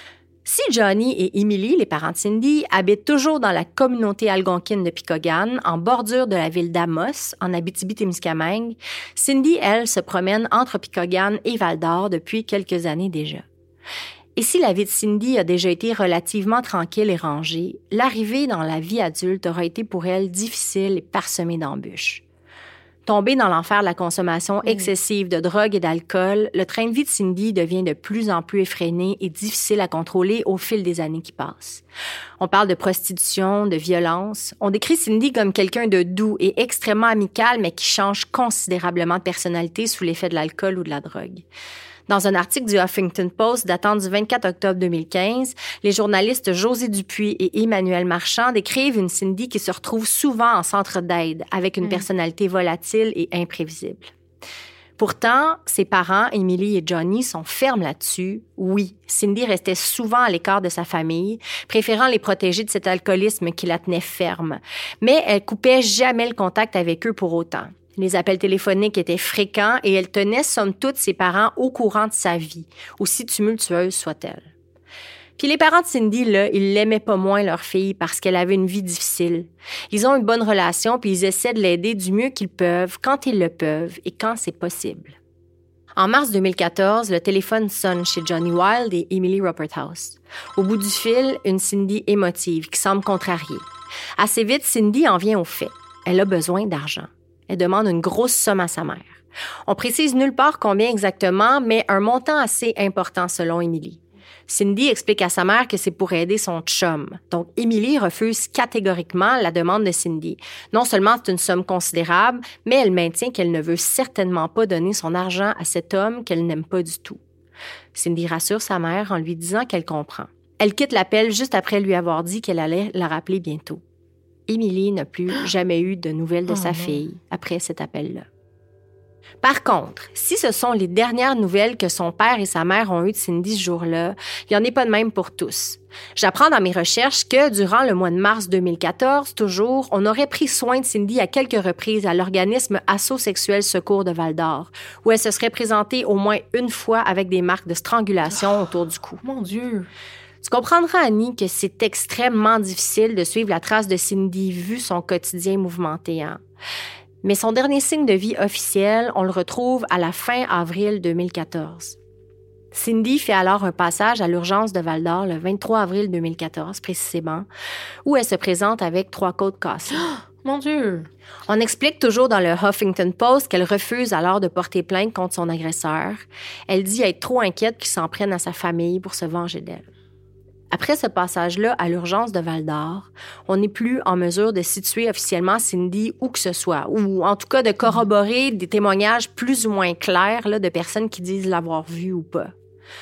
Si Johnny et Emily, les parents de Cindy, habitent toujours dans la communauté algonquine de Picogan, en bordure de la ville d'Amos, en Abitibi-Témiscamingue, Cindy, elle, se promène entre Picogan et Val-d'Or depuis quelques années déjà. Et si la vie de Cindy a déjà été relativement tranquille et rangée, l'arrivée dans la vie adulte aura été pour elle difficile et parsemée d'embûches. Tombée dans l'enfer de la consommation excessive de drogue et d'alcool, le train de vie de Cindy devient de plus en plus effréné et difficile à contrôler au fil des années qui passent. On parle de prostitution, de violence. On décrit Cindy comme quelqu'un de doux et extrêmement amical, mais qui change considérablement de personnalité sous l'effet de l'alcool ou de la drogue. Dans un article du Huffington Post datant du vingt-quatre octobre deux mille quinze, les journalistes José Dupuis et Emmanuel Marchand décrivent une Cindy qui se retrouve souvent en centre d'aide, avec une mmh. personnalité volatile et imprévisible. Pourtant, ses parents, Emily et Johnny, sont fermes là-dessus. Oui, Cindy restait souvent à l'écart de sa famille, préférant les protéger de cet alcoolisme qui la tenait ferme. Mais elle coupait jamais le contact avec eux pour autant. Les appels téléphoniques étaient fréquents et elle tenait, somme toute, ses parents au courant de sa vie, aussi tumultueuse soit-elle. Puis les parents de Cindy, là, ils l'aimaient pas moins, leur fille, parce qu'elle avait une vie difficile. Ils ont une bonne relation, puis ils essaient de l'aider du mieux qu'ils peuvent, quand ils le peuvent et quand c'est possible. En mars deux mille quatorze, le téléphone sonne chez Johnny Wilde et Emily Rupert-House. Au bout du fil, une Cindy émotive qui semble contrariée. Assez vite, Cindy en vient au fait. Elle a besoin d'argent. Elle demande une grosse somme à sa mère. On précise nulle part combien exactement, mais un montant assez important selon Emily. Cindy explique à sa mère que c'est pour aider son chum. Donc, Emily refuse catégoriquement la demande de Cindy. Non seulement c'est une somme considérable, mais elle maintient qu'elle ne veut certainement pas donner son argent à cet homme qu'elle n'aime pas du tout. Cindy rassure sa mère en lui disant qu'elle comprend. Elle quitte l'appel juste après lui avoir dit qu'elle allait la rappeler bientôt. Emily n'a plus jamais eu de nouvelles de oh sa non. fille après cet appel-là. Par contre, si ce sont les dernières nouvelles que son père et sa mère ont eues de Cindy ce jour-là, il n'y en est pas de même pour tous. J'apprends dans mes recherches que durant le mois de mars deux mille quatorze, toujours, on aurait pris soin de Cindy à quelques reprises à l'organisme Assaut Sexuel Secours de Val-d'Or, où elle se serait présentée au moins une fois avec des marques de strangulation oh, autour du cou. Mon Dieu! Tu comprendras, Annie, que c'est extrêmement difficile de suivre la trace de Cindy vu son quotidien mouvementé. Hein? Mais son dernier signe de vie officiel, on le retrouve à la fin avril deux mille quatorze. Cindy fait alors un passage à l'urgence de Val-d'Or le vingt-trois avril deux mille quatorze, précisément, où elle se présente avec trois côtes cassées. Oh, mon Dieu! On explique toujours dans le Huffington Post qu'elle refuse alors de porter plainte contre son agresseur. Elle dit être trop inquiète qu'il s'en prenne à sa famille pour se venger d'elle. Après ce passage-là à l'urgence de Val-d'Or, on n'est plus en mesure de situer officiellement Cindy où que ce soit, ou en tout cas de corroborer des témoignages plus ou moins clairs là, de personnes qui disent l'avoir vue ou pas.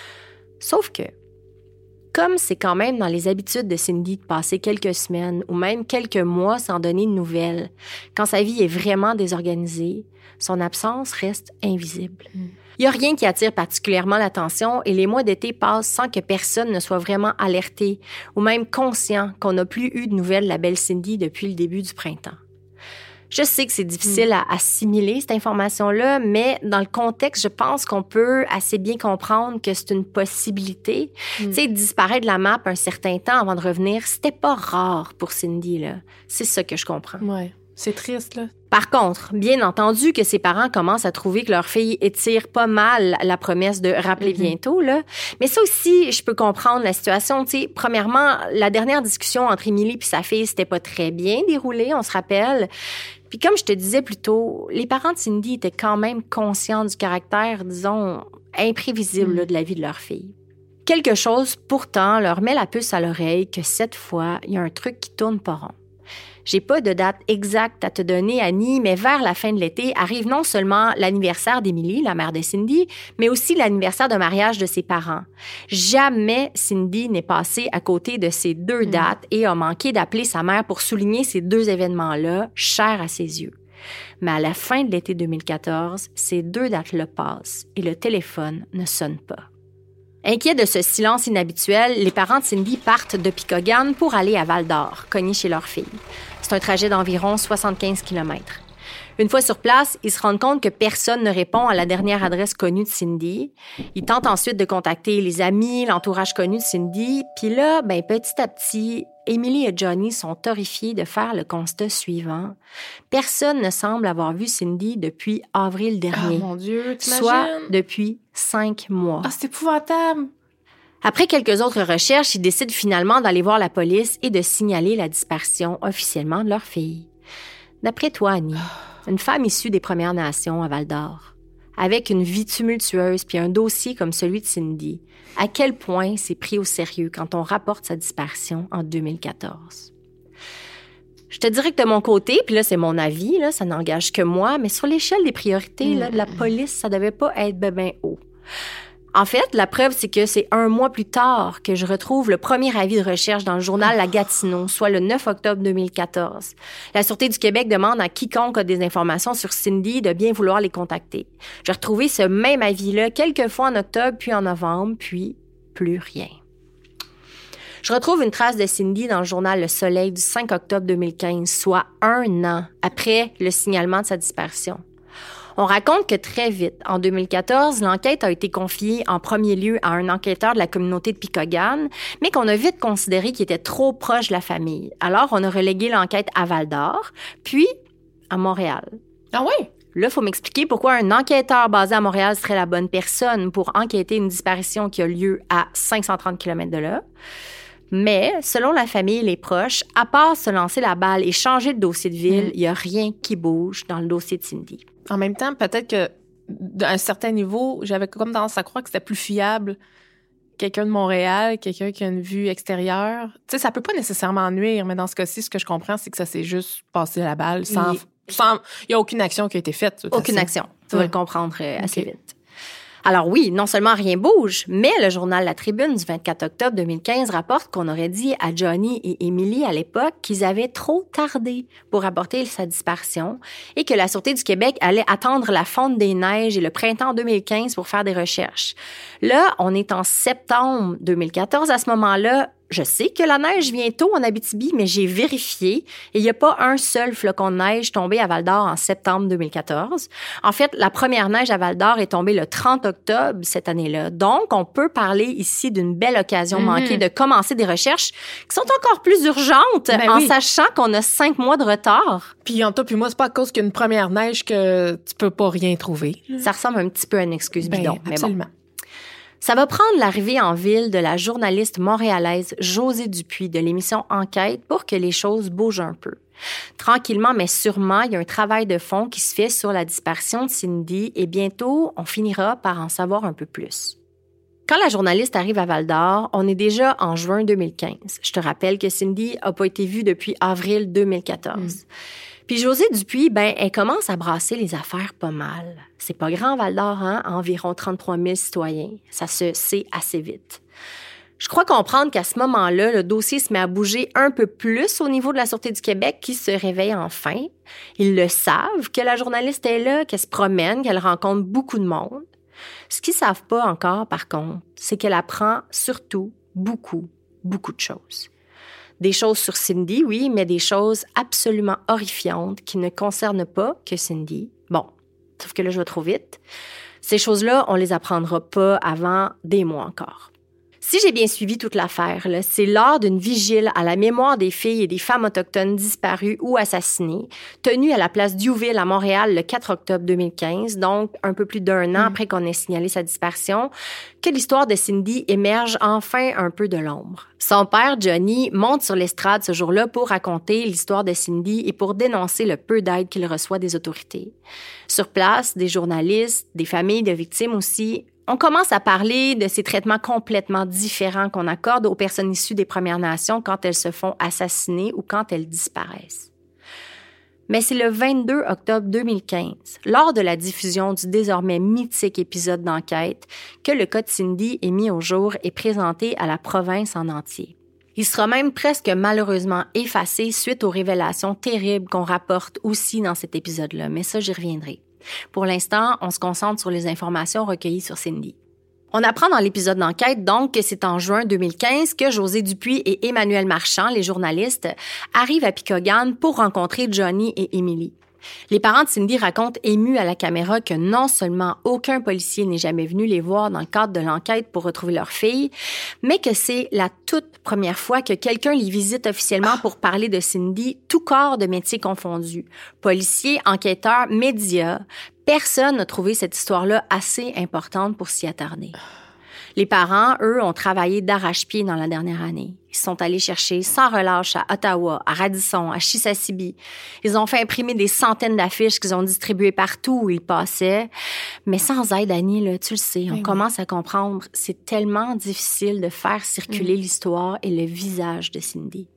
Sauf que, comme c'est quand même dans les habitudes de Cindy de passer quelques semaines ou même quelques mois sans donner de nouvelles, quand sa vie est vraiment désorganisée, son absence reste invisible. Mm. Il n'y a rien qui attire particulièrement l'attention et les mois d'été passent sans que personne ne soit vraiment alerté ou même conscient qu'on n'a plus eu de nouvelles de la belle Cindy depuis le début du printemps. Je sais que c'est difficile à assimiler, cette information-là, mais dans le contexte, je pense qu'on peut assez bien comprendre que c'est une possibilité. Mm. Tu sais, disparaître de la map un certain temps avant de revenir, c'était pas rare pour Cindy, là. C'est ça que je comprends. Ouais. C'est triste, là. Par contre, bien entendu que ses parents commencent à trouver que leur fille étire pas mal la promesse de rappeler mm-hmm. bientôt, là. Mais ça aussi, je peux comprendre la situation. Tu sais, premièrement, la dernière discussion entre Emily et sa fille, c'était pas très bien déroulé, on se rappelle. Puis comme je te disais plus tôt, les parents de Cindy étaient quand même conscients du caractère, disons, imprévisible mm. là, de la vie de leur fille. Quelque chose, pourtant, leur met la puce à l'oreille que cette fois, il y a un truc qui tourne pas rond. J'ai pas de date exacte à te donner, Annie, mais vers la fin de l'été arrive non seulement l'anniversaire d'Emily, la mère de Cindy, mais aussi l'anniversaire de mariage de ses parents. Jamais Cindy n'est passée à côté de ces deux dates mmh. et a manqué d'appeler sa mère pour souligner ces deux événements-là, chers à ses yeux. Mais à la fin de l'été deux mille quatorze, ces deux dates-là passent et le téléphone ne sonne pas. Inquiets de ce silence inhabituel, les parents de Cindy partent de Picogan pour aller à Val-d'Or, cogner chez leur fille. C'est un trajet d'environ soixante-quinze kilomètres. Une fois sur place, ils se rendent compte que personne ne répond à la dernière adresse connue de Cindy. Ils tentent ensuite de contacter les amis, l'entourage connu de Cindy. Puis là, ben, petit à petit, Emily et Johnny sont horrifiés de faire le constat suivant. Personne ne semble avoir vu Cindy depuis avril dernier. Oh mon Dieu, t'imagines? Soit depuis cinq mois. Ah, c'est épouvantable! Après quelques autres recherches, ils décident finalement d'aller voir la police et de signaler la disparition officiellement de leur fille. D'après toi, Annie, une femme issue des Premières Nations à Val-d'Or, avec une vie tumultueuse puis un dossier comme celui de Cindy, à quel point c'est pris au sérieux quand on rapporte sa disparition en deux mille quatorze? Je te dirais que de mon côté, puis là, c'est mon avis, là, ça n'engage que moi, mais sur l'échelle des priorités là, de la police, ça devait pas être ben, ben haut. En fait, la preuve, c'est que c'est un mois plus tard que je retrouve le premier avis de recherche dans le journal La Gatineau, soit le neuf octobre deux mille quatorze. La Sûreté du Québec demande à quiconque a des informations sur Cindy de bien vouloir les contacter. J'ai retrouvé ce même avis-là quelques fois en octobre, puis en novembre, puis plus rien. Je retrouve une trace de Cindy dans le journal Le Soleil du cinq octobre deux mille quinze, soit un an après le signalement de sa disparition. On raconte que très vite, en deux mille quatorze, l'enquête a été confiée en premier lieu à un enquêteur de la communauté de Picogan, mais qu'on a vite considéré qu'il était trop proche de la famille. Alors, on a relégué l'enquête à Val-d'Or, puis à Montréal. Ah oui? Là, il faut m'expliquer pourquoi un enquêteur basé à Montréal serait la bonne personne pour enquêter une disparition qui a lieu à cinq cent trente kilomètres de là. Mais, selon la famille et les proches, à part se lancer la balle et changer de dossier de ville, il n'y a rien qui bouge dans le dossier de Cindy. En même temps, peut-être que d'un un certain niveau, j'avais comme tendance à croire que c'était plus fiable quelqu'un de Montréal, quelqu'un qui a une vue extérieure. Tu sais, ça peut pas nécessairement nuire, mais dans ce cas-ci, ce que je comprends, c'est que ça s'est juste passé la balle sans... Il sans, y a aucune action qui a été faite. Aucune façon. action. Tu vas le comprendre euh, assez Okay. vite. Alors oui, non seulement rien bouge, mais le journal La Tribune du vingt-quatre octobre deux mille quinze rapporte qu'on aurait dit à Johnny et Emily à l'époque qu'ils avaient trop tardé pour rapporter sa disparition et que la Sûreté du Québec allait attendre la fonte des neiges et le printemps deux mille quinze pour faire des recherches. Là, on est en septembre deux mille quatorze. À ce moment-là, je sais que la neige vient tôt en Abitibi, mais j'ai vérifié et il n'y a pas un seul flocon de neige tombé à Val-d'Or en septembre deux mille quatorze. En fait, la première neige à Val-d'Or est tombée le trente octobre cette année-là. Donc, on peut parler ici d'une belle occasion mm-hmm. manquée de commencer des recherches qui sont encore plus urgentes ben en oui. sachant qu'on a cinq mois de retard. Puis en toi puis moi, c'est pas à cause qu'il y a une première neige que tu peux pas rien trouver. Ça ressemble un petit peu à une excuse ben, bidon, absolument. mais bon. Ça va prendre l'arrivée en ville de la journaliste montréalaise Josée Dupuis de l'émission Enquête pour que les choses bougent un peu. Tranquillement, mais sûrement, il y a un travail de fond qui se fait sur la disparition de Cindy et bientôt, on finira par en savoir un peu plus. Quand la journaliste arrive à Val-d'Or, on est déjà en juin deux mille quinze. Je te rappelle que Cindy n'a pas été vue depuis avril deux mille quatorze. Mm. Puis Josée Dupuis, ben, elle commence à brasser les affaires pas mal. C'est pas grand Val-d'Or, hein? Environ trente-trois mille citoyens. Ça se sait assez vite. Je crois comprendre qu'à ce moment-là, le dossier se met à bouger un peu plus au niveau de la Sûreté du Québec qui se réveille enfin. Ils le savent que la journaliste est là, qu'elle se promène, qu'elle rencontre beaucoup de monde. Ce qu'ils savent pas encore, par contre, c'est qu'elle apprend surtout beaucoup, beaucoup de choses. Des choses sur Cindy, oui, mais des choses absolument horrifiantes qui ne concernent pas que Cindy. Bon, sauf que là, je vais trop vite. Ces choses-là, on les apprendra pas avant des mois encore. Si j'ai bien suivi toute l'affaire, là, c'est lors d'une vigile à la mémoire des filles et des femmes autochtones disparues ou assassinées, tenue à la place Diouville à Montréal le quatre octobre deux mille quinze, donc un peu plus d'un an mmh. après qu'on ait signalé sa disparition, que l'histoire de Cindy émerge enfin un peu de l'ombre. Son père, Johnny, monte sur l'estrade ce jour-là pour raconter l'histoire de Cindy et pour dénoncer le peu d'aide qu'il reçoit des autorités. Sur place, des journalistes, des familles de victimes aussi, on commence à parler de ces traitements complètement différents qu'on accorde aux personnes issues des Premières Nations quand elles se font assassiner ou quand elles disparaissent. Mais c'est le vingt-deux octobre deux mille quinze, lors de la diffusion du désormais mythique épisode d'Enquête, que le cas de Cindy est mis au jour et présenté à la province en entier. Il sera même presque malheureusement effacé suite aux révélations terribles qu'on rapporte aussi dans cet épisode-là, mais ça, j'y reviendrai. Pour l'instant, on se concentre sur les informations recueillies sur Cindy. On apprend dans l'épisode d'enquête, donc, que c'est en juin deux mille quinze que José Dupuis et Emmanuel Marchand, les journalistes, arrivent à Pikogane pour rencontrer Johnny et Emily. Les parents de Cindy racontent émus à la caméra que non seulement aucun policier n'est jamais venu les voir dans le cadre de l'enquête pour retrouver leur fille, mais que c'est la toute première fois que quelqu'un les visite officiellement pour parler de Cindy, tout corps de métier confondu. Policiers, enquêteurs, médias, personne n'a trouvé cette histoire-là assez importante pour s'y attarder. Les parents, eux, ont travaillé d'arrache-pied dans la dernière année. Ils sont allés chercher sans relâche à Ottawa, à Radisson, à Chisasibi. Ils ont fait imprimer des centaines d'affiches qu'ils ont distribuées partout où ils passaient. Mais sans aide, Annie, là, tu le sais, on oui, commence oui. à comprendre, c'est tellement difficile de faire circuler mmh. l'histoire et le visage de Cindy.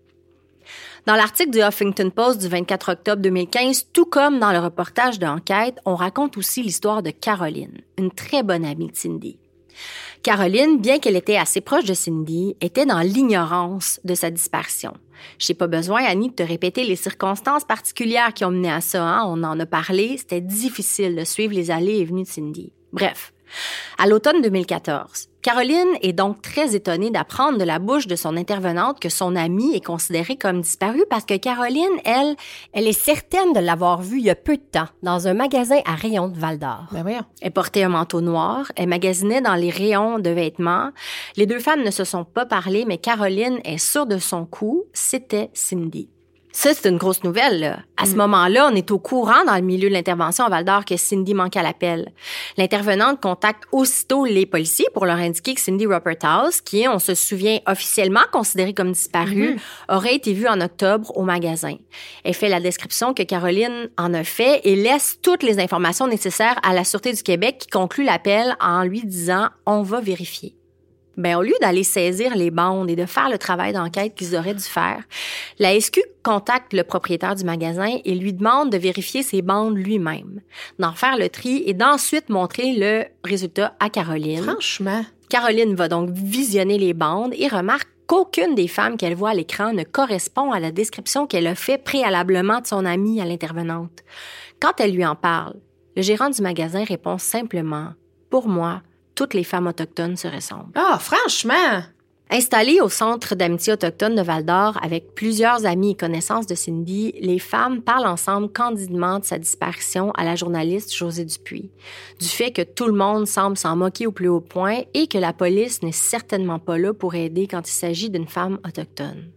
Dans l'article du Huffington Post du vingt-quatre octobre deux mille quinze, tout comme dans le reportage de l'enquête, on raconte aussi l'histoire de Caroline, une très bonne amie de Cindy. Caroline, bien qu'elle était assez proche de Cindy, était dans l'ignorance de sa disparition. J'ai pas besoin, Annie, de te répéter les circonstances particulières qui ont mené à ça. Hein? On en a parlé, c'était difficile de suivre les allées et venues de Cindy. Bref, à l'automne deux mille quatorze, Caroline est donc très étonnée d'apprendre de la bouche de son intervenante que son amie est considérée comme disparue parce que Caroline, elle, elle est certaine de l'avoir vue il y a peu de temps dans un magasin à rayons de Val-d'Or. Ben voyons. Elle portait un manteau noir, elle magasinait dans les rayons de vêtements. Les deux femmes ne se sont pas parlé, mais Caroline est sûre de son coup, c'était Cindy. Ça, c'est une grosse nouvelle, là. À ce mm. moment-là, on est au courant dans le milieu de l'intervention à Val-d'Or que Cindy manque à l'appel. L'intervenante contacte aussitôt les policiers pour leur indiquer que Cindy Rupperthouse, qui est, on se souvient, officiellement considérée comme disparue, mm-hmm. aurait été vue en octobre au magasin. Elle fait la description que Caroline en a fait et laisse toutes les informations nécessaires à la Sûreté du Québec qui conclut l'appel en lui disant « On va vérifier ». Ben, au lieu d'aller saisir les bandes et de faire le travail d'enquête qu'ils auraient dû faire, la S Q contacte le propriétaire du magasin et lui demande de vérifier ses bandes lui-même, d'en faire le tri et d'ensuite montrer le résultat à Caroline. Franchement. Caroline va donc visionner les bandes et remarque qu'aucune des femmes qu'elle voit à l'écran ne correspond à la description qu'elle a fait préalablement de son amie à l'intervenante. Quand elle lui en parle, le gérant du magasin répond simplement « Pour moi, toutes les femmes autochtones se ressemblent. » Ah, franchement! Installée au Centre d'amitié autochtone de Val-d'Or avec plusieurs amis et connaissances de Cindy, les femmes parlent ensemble candidement de sa disparition à la journaliste José Dupuis, du fait que tout le monde semble s'en moquer au plus haut point et que la police n'est certainement pas là pour aider quand il s'agit d'une femme autochtone.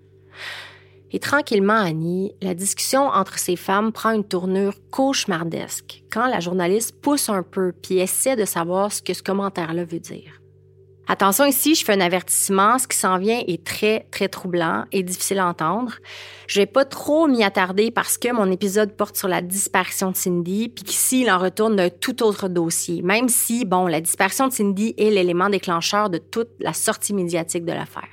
Et tranquillement, Annie, la discussion entre ces femmes prend une tournure cauchemardesque quand la journaliste pousse un peu puis essaie de savoir ce que ce commentaire-là veut dire. Attention ici, je fais un avertissement, ce qui s'en vient est très, très troublant et difficile à entendre. Je vais pas trop m'y attarder parce que mon épisode porte sur la disparition de Cindy puis qu'ici, il en retourne d'un tout autre dossier, même si, bon, la disparition de Cindy est l'élément déclencheur de toute la sortie médiatique de l'affaire.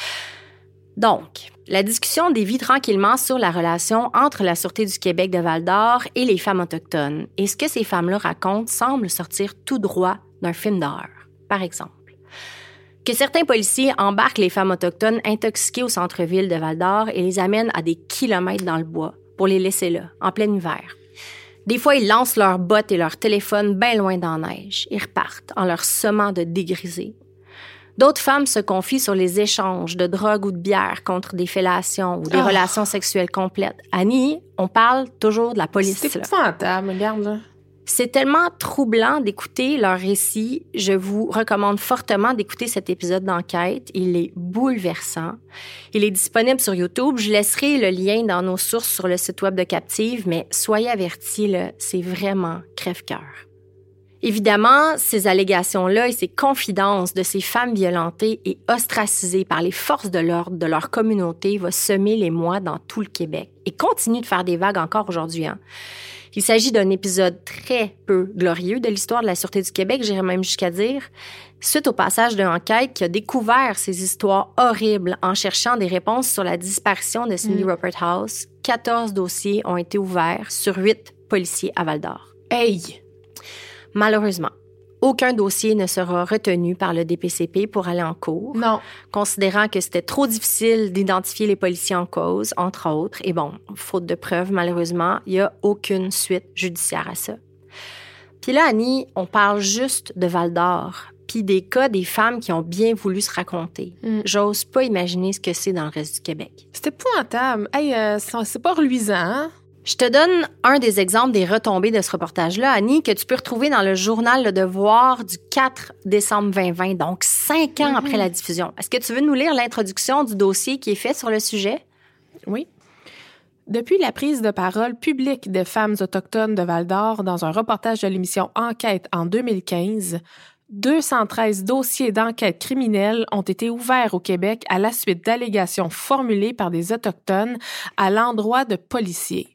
Donc, la discussion dévie tranquillement sur la relation entre la Sûreté du Québec de Val-d'Or et les femmes autochtones. Et ce que ces femmes-là racontent semble sortir tout droit d'un film d'horreur. Par exemple, que certains policiers embarquent les femmes autochtones intoxiquées au centre-ville de Val-d'Or et les amènent à des kilomètres dans le bois pour les laisser là, en plein hiver. Des fois, ils lancent leurs bottes et leurs téléphones bien loin dans la neige. Ils repartent en leur sommant de dégriser. D'autres femmes se confient sur les échanges de drogue ou de bière contre des fellations ou des oh. relations sexuelles complètes. Annie, on parle toujours de la police. C'est épouvantable, regarde là. C'est tellement troublant d'écouter leur récit. Je vous recommande fortement d'écouter cet épisode d'enquête. Il est bouleversant. Il est disponible sur YouTube. Je laisserai le lien dans nos sources sur le site web de Captive, mais soyez avertis, là, c'est vraiment crève-cœur. Évidemment, ces allégations-là et ces confidences de ces femmes violentées et ostracisées par les forces de l'ordre de leur communauté vont semer les mois dans tout le Québec et continue de faire des vagues encore aujourd'hui. Hein. Il s'agit d'un épisode très peu glorieux de l'histoire de la Sûreté du Québec, j'irais même jusqu'à dire, suite au passage d'une enquête qui a découvert ces histoires horribles en cherchant des réponses sur la disparition de Cindy mm. Rupperthouse. quatorze dossiers ont été ouverts sur huit policiers à Val-d'Or. Hey! Malheureusement, aucun dossier ne sera retenu par le D P C P pour aller en cours. Non. Considérant que c'était trop difficile d'identifier les policiers en cause, entre autres. Et bon, faute de preuves, malheureusement, il n'y a aucune suite judiciaire à ça. Puis là, Annie, on parle juste de Val-d'Or, puis des cas des femmes qui ont bien voulu se raconter. Mm. J'ose pas imaginer ce que c'est dans le reste du Québec. C'est épouvantable. Hey, euh, c'est pas reluisant, hein? Je te donne un des exemples des retombées de ce reportage-là, Annie, que tu peux retrouver dans le journal Le Devoir du quatre décembre vingt vingt, donc cinq ans mm-hmm. après la diffusion. Est-ce que tu veux nous lire l'introduction du dossier qui est fait sur le sujet? Oui. Depuis la prise de parole publique des femmes autochtones de Val-d'Or dans un reportage de l'émission Enquête en deux mille quinze, deux cent treize dossiers d'enquête criminelle ont été ouverts au Québec à la suite d'allégations formulées par des Autochtones à l'endroit de policiers.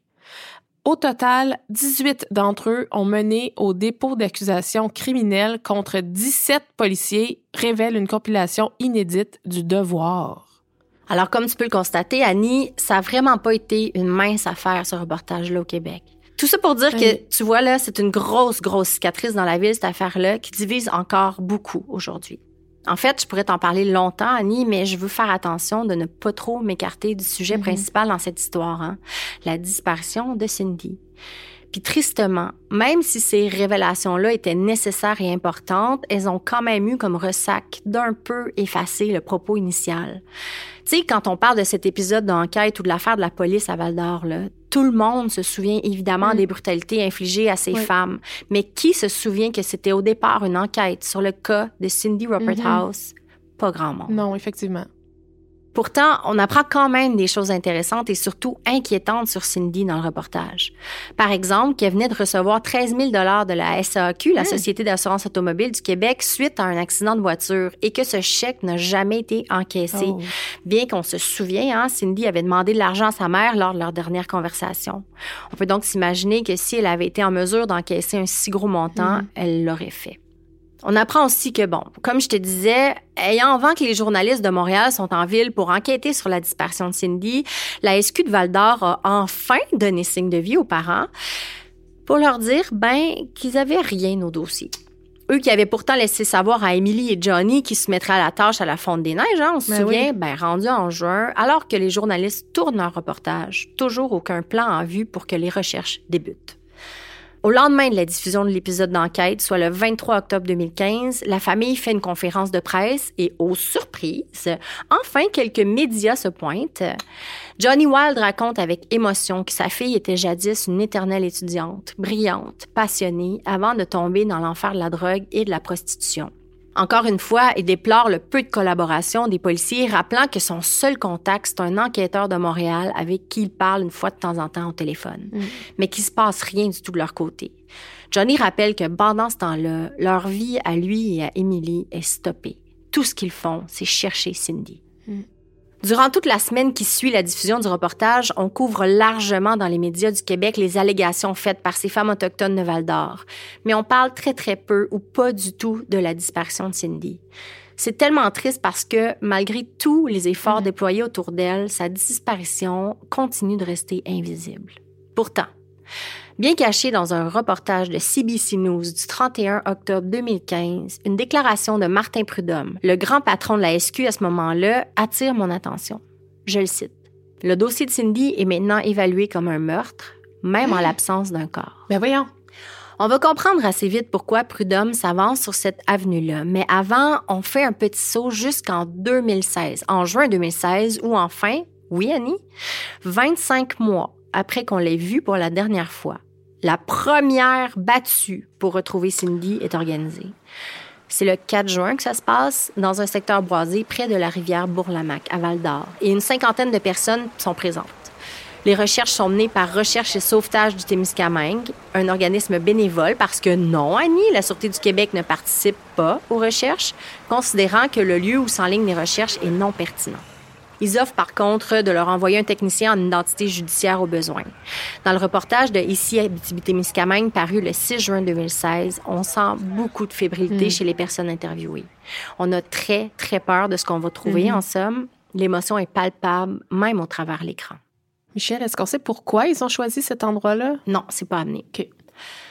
Au total, dix-huit d'entre eux ont mené au dépôt d'accusations criminelles contre dix-sept policiers, révèle une compilation inédite du Devoir. Alors, comme tu peux le constater, Annie, ça n'a vraiment pas été une mince affaire, ce reportage-là au Québec. Tout ça pour dire oui. que, tu vois, là, c'est une grosse, grosse cicatrice dans la ville, cette affaire-là, qui divise encore beaucoup aujourd'hui. En fait, je pourrais t'en parler longtemps, Annie, mais je veux faire attention de ne pas trop m'écarter du sujet mm-hmm. principal dans cette histoire, hein, la disparition de Cindy. Puis tristement, même si ces révélations-là étaient nécessaires et importantes, elles ont quand même eu comme ressac d'un peu effacer le propos initial. Tu sais, quand on parle de cet épisode d'enquête ou de l'affaire de la police à Val-d'Or, là, tout le monde se souvient évidemment mm. des brutalités infligées à ces oui. femmes. Mais qui se souvient que c'était au départ une enquête sur le cas de Cindy Rupert mm-hmm. House? Pas grand monde. Non, effectivement. Pourtant, on apprend quand même des choses intéressantes et surtout inquiétantes sur Cindy dans le reportage. Par exemple, qu'elle venait de recevoir treize mille dollars de la S A A Q, la mmh. Société d'assurance automobile du Québec, suite à un accident de voiture et que ce chèque n'a jamais été encaissé. Oh. Bien qu'on se souvienne, hein, Cindy avait demandé de l'argent à sa mère lors de leur dernière conversation. On peut donc s'imaginer que si elle avait été en mesure d'encaisser un si gros montant, mmh. elle l'aurait fait. On apprend aussi que, bon, comme je te disais, ayant vent que les journalistes de Montréal sont en ville pour enquêter sur la disparition de Cindy, la S Q de Val-d'Or a enfin donné signe de vie aux parents pour leur dire, ben, qu'ils avaient rien au dossier. Eux qui avaient pourtant laissé savoir à Emily et Johnny qu'ils se mettraient à la tâche à la Fonte des Neiges, hein, on se ben souvient, oui. ben, rendu en juin, alors que les journalistes tournent leur reportage, toujours aucun plan en vue pour que les recherches débutent. Au lendemain de la diffusion de l'épisode d'enquête, soit le vingt-trois octobre deux mille quinze, la famille fait une conférence de presse et, aux surprises, enfin, quelques médias se pointent. Johnny Wilde raconte avec émotion que sa fille était jadis une éternelle étudiante, brillante, passionnée, avant de tomber dans l'enfer de la drogue et de la prostitution. Encore une fois, il déplore le peu de collaboration des policiers, rappelant que son seul contact, c'est un enquêteur de Montréal avec qui il parle une fois de temps en temps au téléphone, mm. mais qu'il ne se passe rien du tout de leur côté. Johnny rappelle que pendant ce temps-là, leur vie à lui et à Emily est stoppée. Tout ce qu'ils font, c'est chercher Cindy. Mm. Durant toute la semaine qui suit la diffusion du reportage, on couvre largement dans les médias du Québec les allégations faites par ces femmes autochtones de Val-d'Or. Mais on parle très, très peu ou pas du tout de la disparition de Cindy. C'est tellement triste parce que, malgré tous les efforts mmh. déployés autour d'elle, sa disparition continue de rester invisible. Pourtant, bien cachée dans un reportage de C B C News du trente et un octobre deux mille quinze, une déclaration de Martin Prudhomme, le grand patron de la S Q à ce moment-là, attire mon attention. Je le cite. « Le dossier de Cindy est maintenant évalué comme un meurtre, même en l'absence d'un corps. » Ben voyons. On va comprendre assez vite pourquoi Prudhomme s'avance sur cette avenue-là. Mais avant, on fait un petit saut jusqu'en deux mille seize, en juin deux mille seize, où enfin, oui Annie, vingt-cinq mois après qu'on l'ait vue pour la dernière fois, la première battue pour retrouver Cindy est organisée. C'est le quatre juin que ça se passe dans un secteur boisé près de la rivière Bourlamaque, à Val-d'Or. Et une cinquantaine de personnes sont présentes. Les recherches sont menées par Recherche et sauvetage du Témiscamingue, un organisme bénévole, parce que non, Annie, la Sûreté du Québec ne participe pas aux recherches, considérant que le lieu où s'enlignent les recherches est non pertinent. Ils offrent par contre de leur envoyer un technicien en identité judiciaire au besoin. Dans le reportage de Ici Abitibi-Témiscamingue paru le six juin deux mille seize, on sent beaucoup de fébrilité mmh. chez les personnes interviewées. On a très, très peur de ce qu'on va trouver, mmh. en somme. L'émotion est palpable, même au travers l'écran. Michel, est-ce qu'on sait pourquoi ils ont choisi cet endroit-là? Non, c'est pas amené. OK.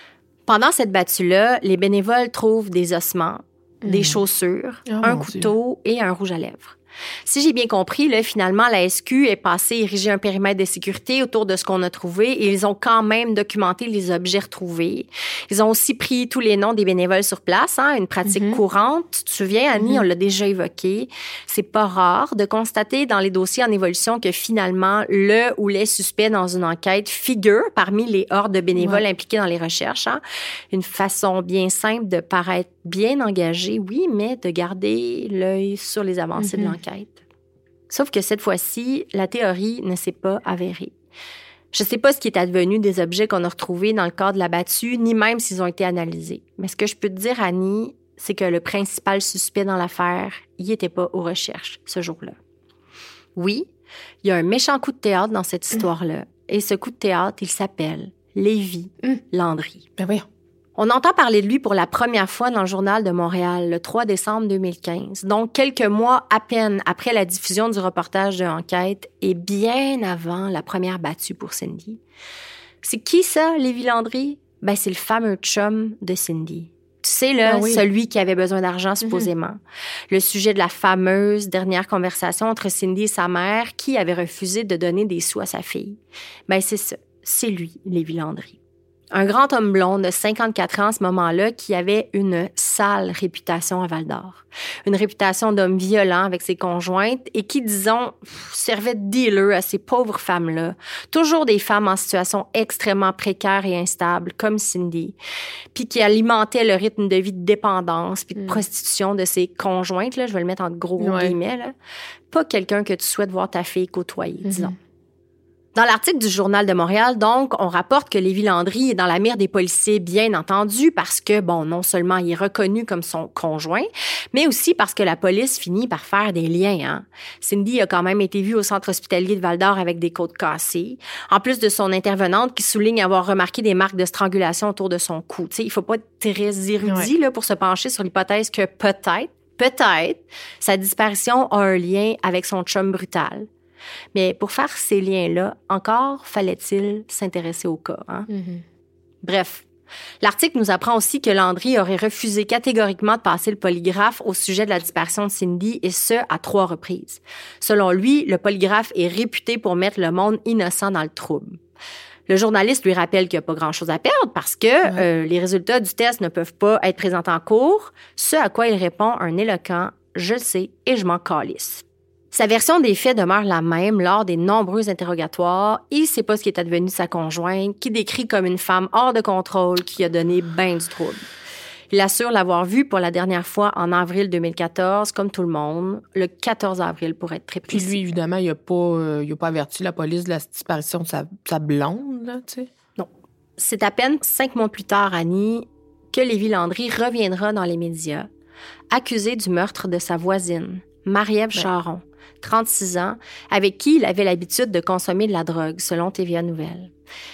Pendant cette battue-là, les bénévoles trouvent des ossements, mmh. des chaussures, oh, un couteau Dieu. Et un rouge à lèvres. Si j'ai bien compris, là, finalement, la S Q est passée ériger un périmètre de sécurité autour de ce qu'on a trouvé et ils ont quand même documenté les objets retrouvés. Ils ont aussi pris tous les noms des bénévoles sur place, hein, une pratique mm-hmm. courante. Tu te souviens, Annie, mm-hmm. on l'a déjà évoqué. C'est pas rare de constater dans les dossiers en évolution que finalement, le ou les suspects dans une enquête figurent parmi les hordes de bénévoles ouais. impliqués dans les recherches. Hein. Une façon bien simple de paraître bien engagé, oui, mais de garder l'œil sur les avancées mm-hmm. de l'enquête. Sauf que cette fois-ci, la théorie ne s'est pas avérée. Je ne sais pas ce qui est advenu des objets qu'on a retrouvés dans le cadre de la battue, ni même s'ils ont été analysés. Mais ce que je peux te dire, Annie, c'est que le principal suspect dans l'affaire, il n'était pas aux recherches ce jour-là. Oui, il y a un méchant coup de théâtre dans cette histoire-là. Mm. Et ce coup de théâtre, il s'appelle Lévi mm. Landry. Ben voyons. On entend parler de lui pour la première fois dans le Journal de Montréal le trois décembre deux mille quinze, donc quelques mois à peine après la diffusion du reportage de l'enquête et bien avant la première battue pour Cindy. C'est qui ça, Lévi Landry? Ben, c'est le fameux chum de Cindy. Tu sais, là, ah oui. celui qui avait besoin d'argent, supposément. Mm-hmm. Le sujet de la fameuse dernière conversation entre Cindy et sa mère qui avait refusé de donner des sous à sa fille. Ben, c'est ça. C'est lui, Lévi Landry. Un grand homme blond de cinquante-quatre ans à ce moment-là qui avait une sale réputation à Val-d'Or. Une réputation d'homme violent avec ses conjointes et qui, disons, servait de dealer à ces pauvres femmes-là. Toujours des femmes en situation extrêmement précaire et instable, comme Cindy, puis qui alimentaient le rythme de vie de dépendance puis de mm. prostitution de ses conjointes, là, je vais le mettre en gros ouais. guillemets, là. Pas quelqu'un que tu souhaites voir ta fille côtoyer, mm-hmm. disons. Dans l'article du Journal de Montréal, donc, on rapporte que Lévi Landry est dans la mire des policiers, bien entendu, parce que, bon, non seulement il est reconnu comme son conjoint, mais aussi parce que la police finit par faire des liens. Hein. Cindy a quand même été vue au centre hospitalier de Val-d'Or avec des côtes cassées, en plus de son intervenante qui souligne avoir remarqué des marques de strangulation autour de son cou. Tu sais, il faut pas être très érudit ouais. là, pour se pencher sur l'hypothèse que peut-être, peut-être, sa disparition a un lien avec son chum brutal. Mais pour faire ces liens-là, encore fallait-il s'intéresser au cas. Hein? Mm-hmm. Bref, l'article nous apprend aussi que Landry aurait refusé catégoriquement de passer le polygraphe au sujet de la disparition de Cindy, et ce, à trois reprises. Selon lui, le polygraphe est réputé pour mettre le monde innocent dans le trouble. Le journaliste lui rappelle qu'il n'y a pas grand-chose à perdre parce que ouais. euh, les résultats du test ne peuvent pas être présentés en cours, ce à quoi il répond un éloquent « Je le sais et je m'en calisse ». Sa version des faits demeure la même lors des nombreux interrogatoires. Il ne sait pas ce qui est advenu de sa conjointe, qui décrit comme une femme hors de contrôle qui a donné bien du trouble. Il assure l'avoir vue pour la dernière fois en avril deux mille quatorze, comme tout le monde, le quatorze avril pour être très précis. Puis lui, évidemment, il n'a pas, euh, pas averti la police de la disparition de sa, sa blonde, là, tu sais. Non. C'est à peine cinq mois plus tard, Annie, que Lévi Landry reviendra dans les médias, accusé du meurtre de sa voisine, Marie-Ève ben. Charon, trente-six ans, avec qui il avait l'habitude de consommer de la drogue, selon T V A Nouvelles.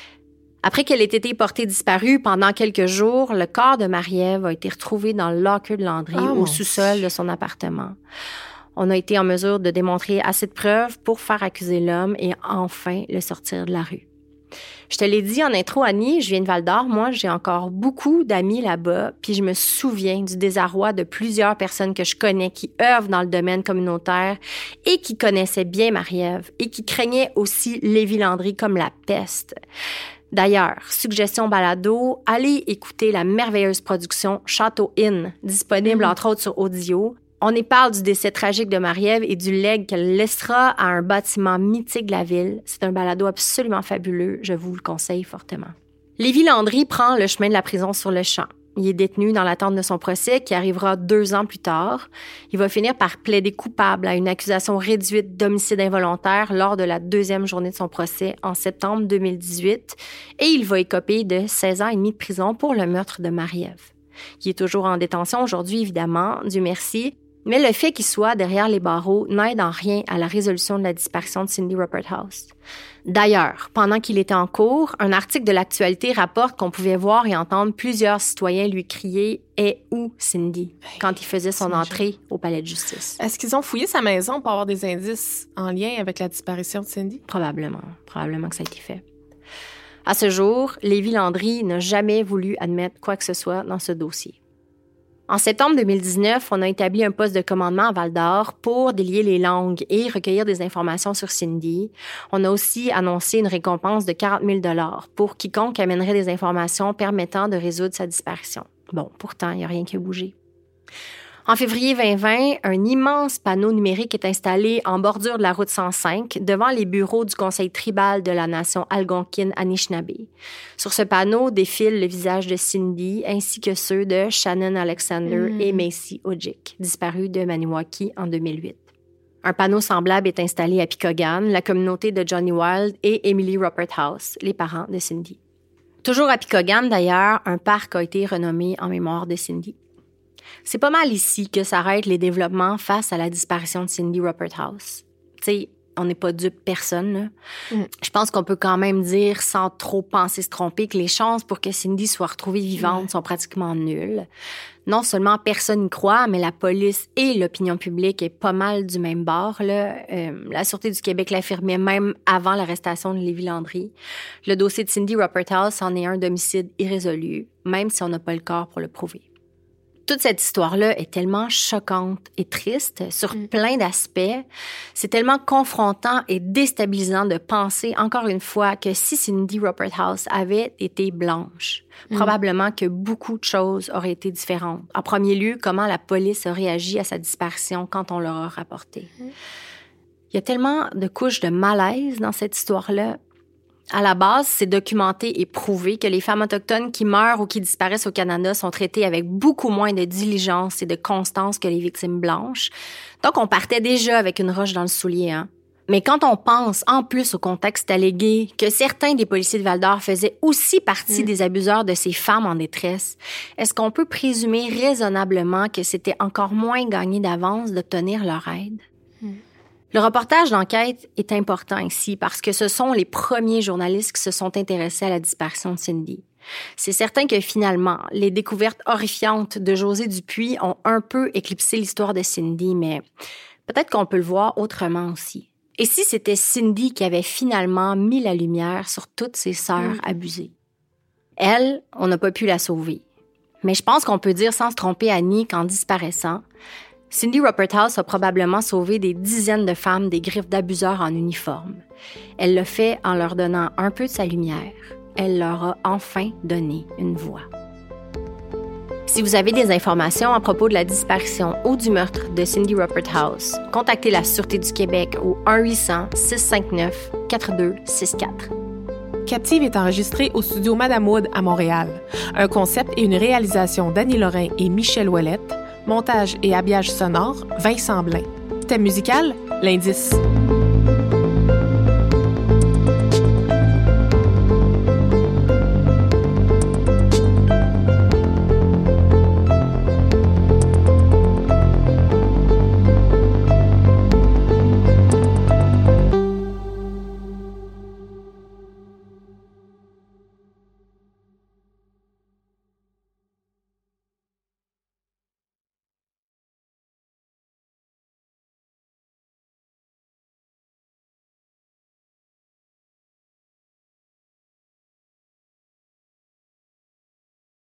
Après qu'elle ait été portée disparue pendant quelques jours, le corps de Marie-Ève a été retrouvé dans le locker de Landry, oh, au sous-sol de son appartement. On a été en mesure de démontrer assez de preuves pour faire accuser l'homme et enfin le sortir de la rue. Je te l'ai dit en intro, Annie, je viens de Val-d'Or. Moi, j'ai encore beaucoup d'amis là-bas, puis je me souviens du désarroi de plusieurs personnes que je connais qui œuvrent dans le domaine communautaire et qui connaissaient bien Marie-Ève et qui craignaient aussi Lévi Landry comme la peste. D'ailleurs, suggestion balado, allez écouter la merveilleuse production Château Inn, disponible mmh. entre autres sur Audio. On y parle du décès tragique de Marie-Ève et du legs qu'elle laissera à un bâtiment mythique de la ville. C'est un balado absolument fabuleux. Je vous le conseille fortement. Lévi Landry prend le chemin de la prison sur le champ. Il est détenu dans l'attente de son procès qui arrivera deux ans plus tard. Il va finir par plaider coupable à une accusation réduite d'homicide involontaire lors de la deuxième journée de son procès en septembre deux mille dix-huit et il va écoper de seize ans et demi de prison pour le meurtre de Marie-Ève. Il est toujours en détention aujourd'hui, évidemment, Dieu merci. Mais le fait qu'il soit derrière les barreaux n'aide en rien à la résolution de la disparition de Cindy Rupert House. D'ailleurs, pendant qu'il était en cours, un article de l'Actualité rapporte qu'on pouvait voir et entendre plusieurs citoyens lui crier « Est où Cindy ?» quand il faisait son entrée au palais de justice. Est-ce qu'ils ont fouillé sa maison pour avoir des indices en lien avec la disparition de Cindy? Probablement. Probablement que ça a été fait. À ce jour, Lévi Landry n'a jamais voulu admettre quoi que ce soit dans ce dossier. En septembre deux mille dix-neuf, on a établi un poste de commandement à Val-d'Or pour délier les langues et recueillir des informations sur Cindy. On a aussi annoncé une récompense de quarante mille dollars pour quiconque amènerait des informations permettant de résoudre sa disparition. Bon, pourtant, il n'y a rien qui a bougé. En février vingt vingt, un immense panneau numérique est installé en bordure de la route cent cinq devant les bureaux du Conseil tribal de la nation algonquine-Anishinaabe. Sur ce panneau défilent le visage de Cindy ainsi que ceux de Shannon Alexander mmh. et Macy Ojik, disparus de Maniwaki en deux mille huit. Un panneau semblable est installé à Picogan, la communauté de Johnny Wild et Emily Ruppert House, les parents de Cindy. Toujours à Picogan, d'ailleurs, un parc a été renommé en mémoire de Cindy. C'est pas mal ici que s'arrêtent les développements face à la disparition de Cindy Ruppert House. Tu sais, on n'est pas dupe personne, là. Mm. Je pense qu'on peut quand même dire, sans trop penser se tromper, que les chances pour que Cindy soit retrouvée vivante mm. sont pratiquement nulles. Non seulement personne n'y croit, mais la police et l'opinion publique est pas mal du même bord, là. Euh, la Sûreté du Québec l'affirmait même avant l'arrestation de Lévi Landry. Le dossier de Cindy Ruppert House en est un d'homicide irrésolu, même si on n'a pas le corps pour le prouver. Toute cette histoire-là est tellement choquante et triste sur mm. plein d'aspects. C'est tellement confrontant et déstabilisant de penser, encore une fois, que si Cindy Ruppert House avait été blanche, mm. probablement que beaucoup de choses auraient été différentes. En premier lieu, comment la police a réagi à sa disparition quand on leur a rapporté. Mm. Il y a tellement de couches de malaise dans cette histoire-là. À la base, c'est documenté et prouvé que les femmes autochtones qui meurent ou qui disparaissent au Canada sont traitées avec beaucoup moins de diligence et de constance que les victimes blanches. Donc, on partait déjà avec une roche dans le soulier, hein. Mais quand on pense, en plus au contexte allégué, que certains des policiers de Val-d'Or faisaient aussi partie mmh. des abuseurs de ces femmes en détresse, est-ce qu'on peut présumer raisonnablement que c'était encore moins gagné d'avance d'obtenir leur aide? Mmh. Le reportage d'enquête est important ici parce que ce sont les premiers journalistes qui se sont intéressés à la disparition de Cindy. C'est certain que finalement, les découvertes horrifiantes de José Dupuis ont un peu éclipsé l'histoire de Cindy, mais peut-être qu'on peut le voir autrement aussi. Et si c'était Cindy qui avait finalement mis la lumière sur toutes ses sœurs mmh. abusées? Elle, on n'a pas pu la sauver. Mais je pense qu'on peut dire sans se tromper, Annie, qu'en disparaissant, Cindy Ruppert House a probablement sauvé des dizaines de femmes des griffes d'abuseurs en uniforme. Elle l'a fait en leur donnant un peu de sa lumière. Elle leur a enfin donné une voix. Si vous avez des informations à propos de la disparition ou du meurtre de Cindy Ruppert House, contactez la Sûreté du Québec au un huit cents, six cinq neuf, quatre deux six quatre. Captive est enregistrée au studio Madame Wood à Montréal. Un concept et une réalisation d'Annie Lorrain et Michel Ouellette. Montage et habillage sonore, Vincent Blain. Thème musical, L'Indice.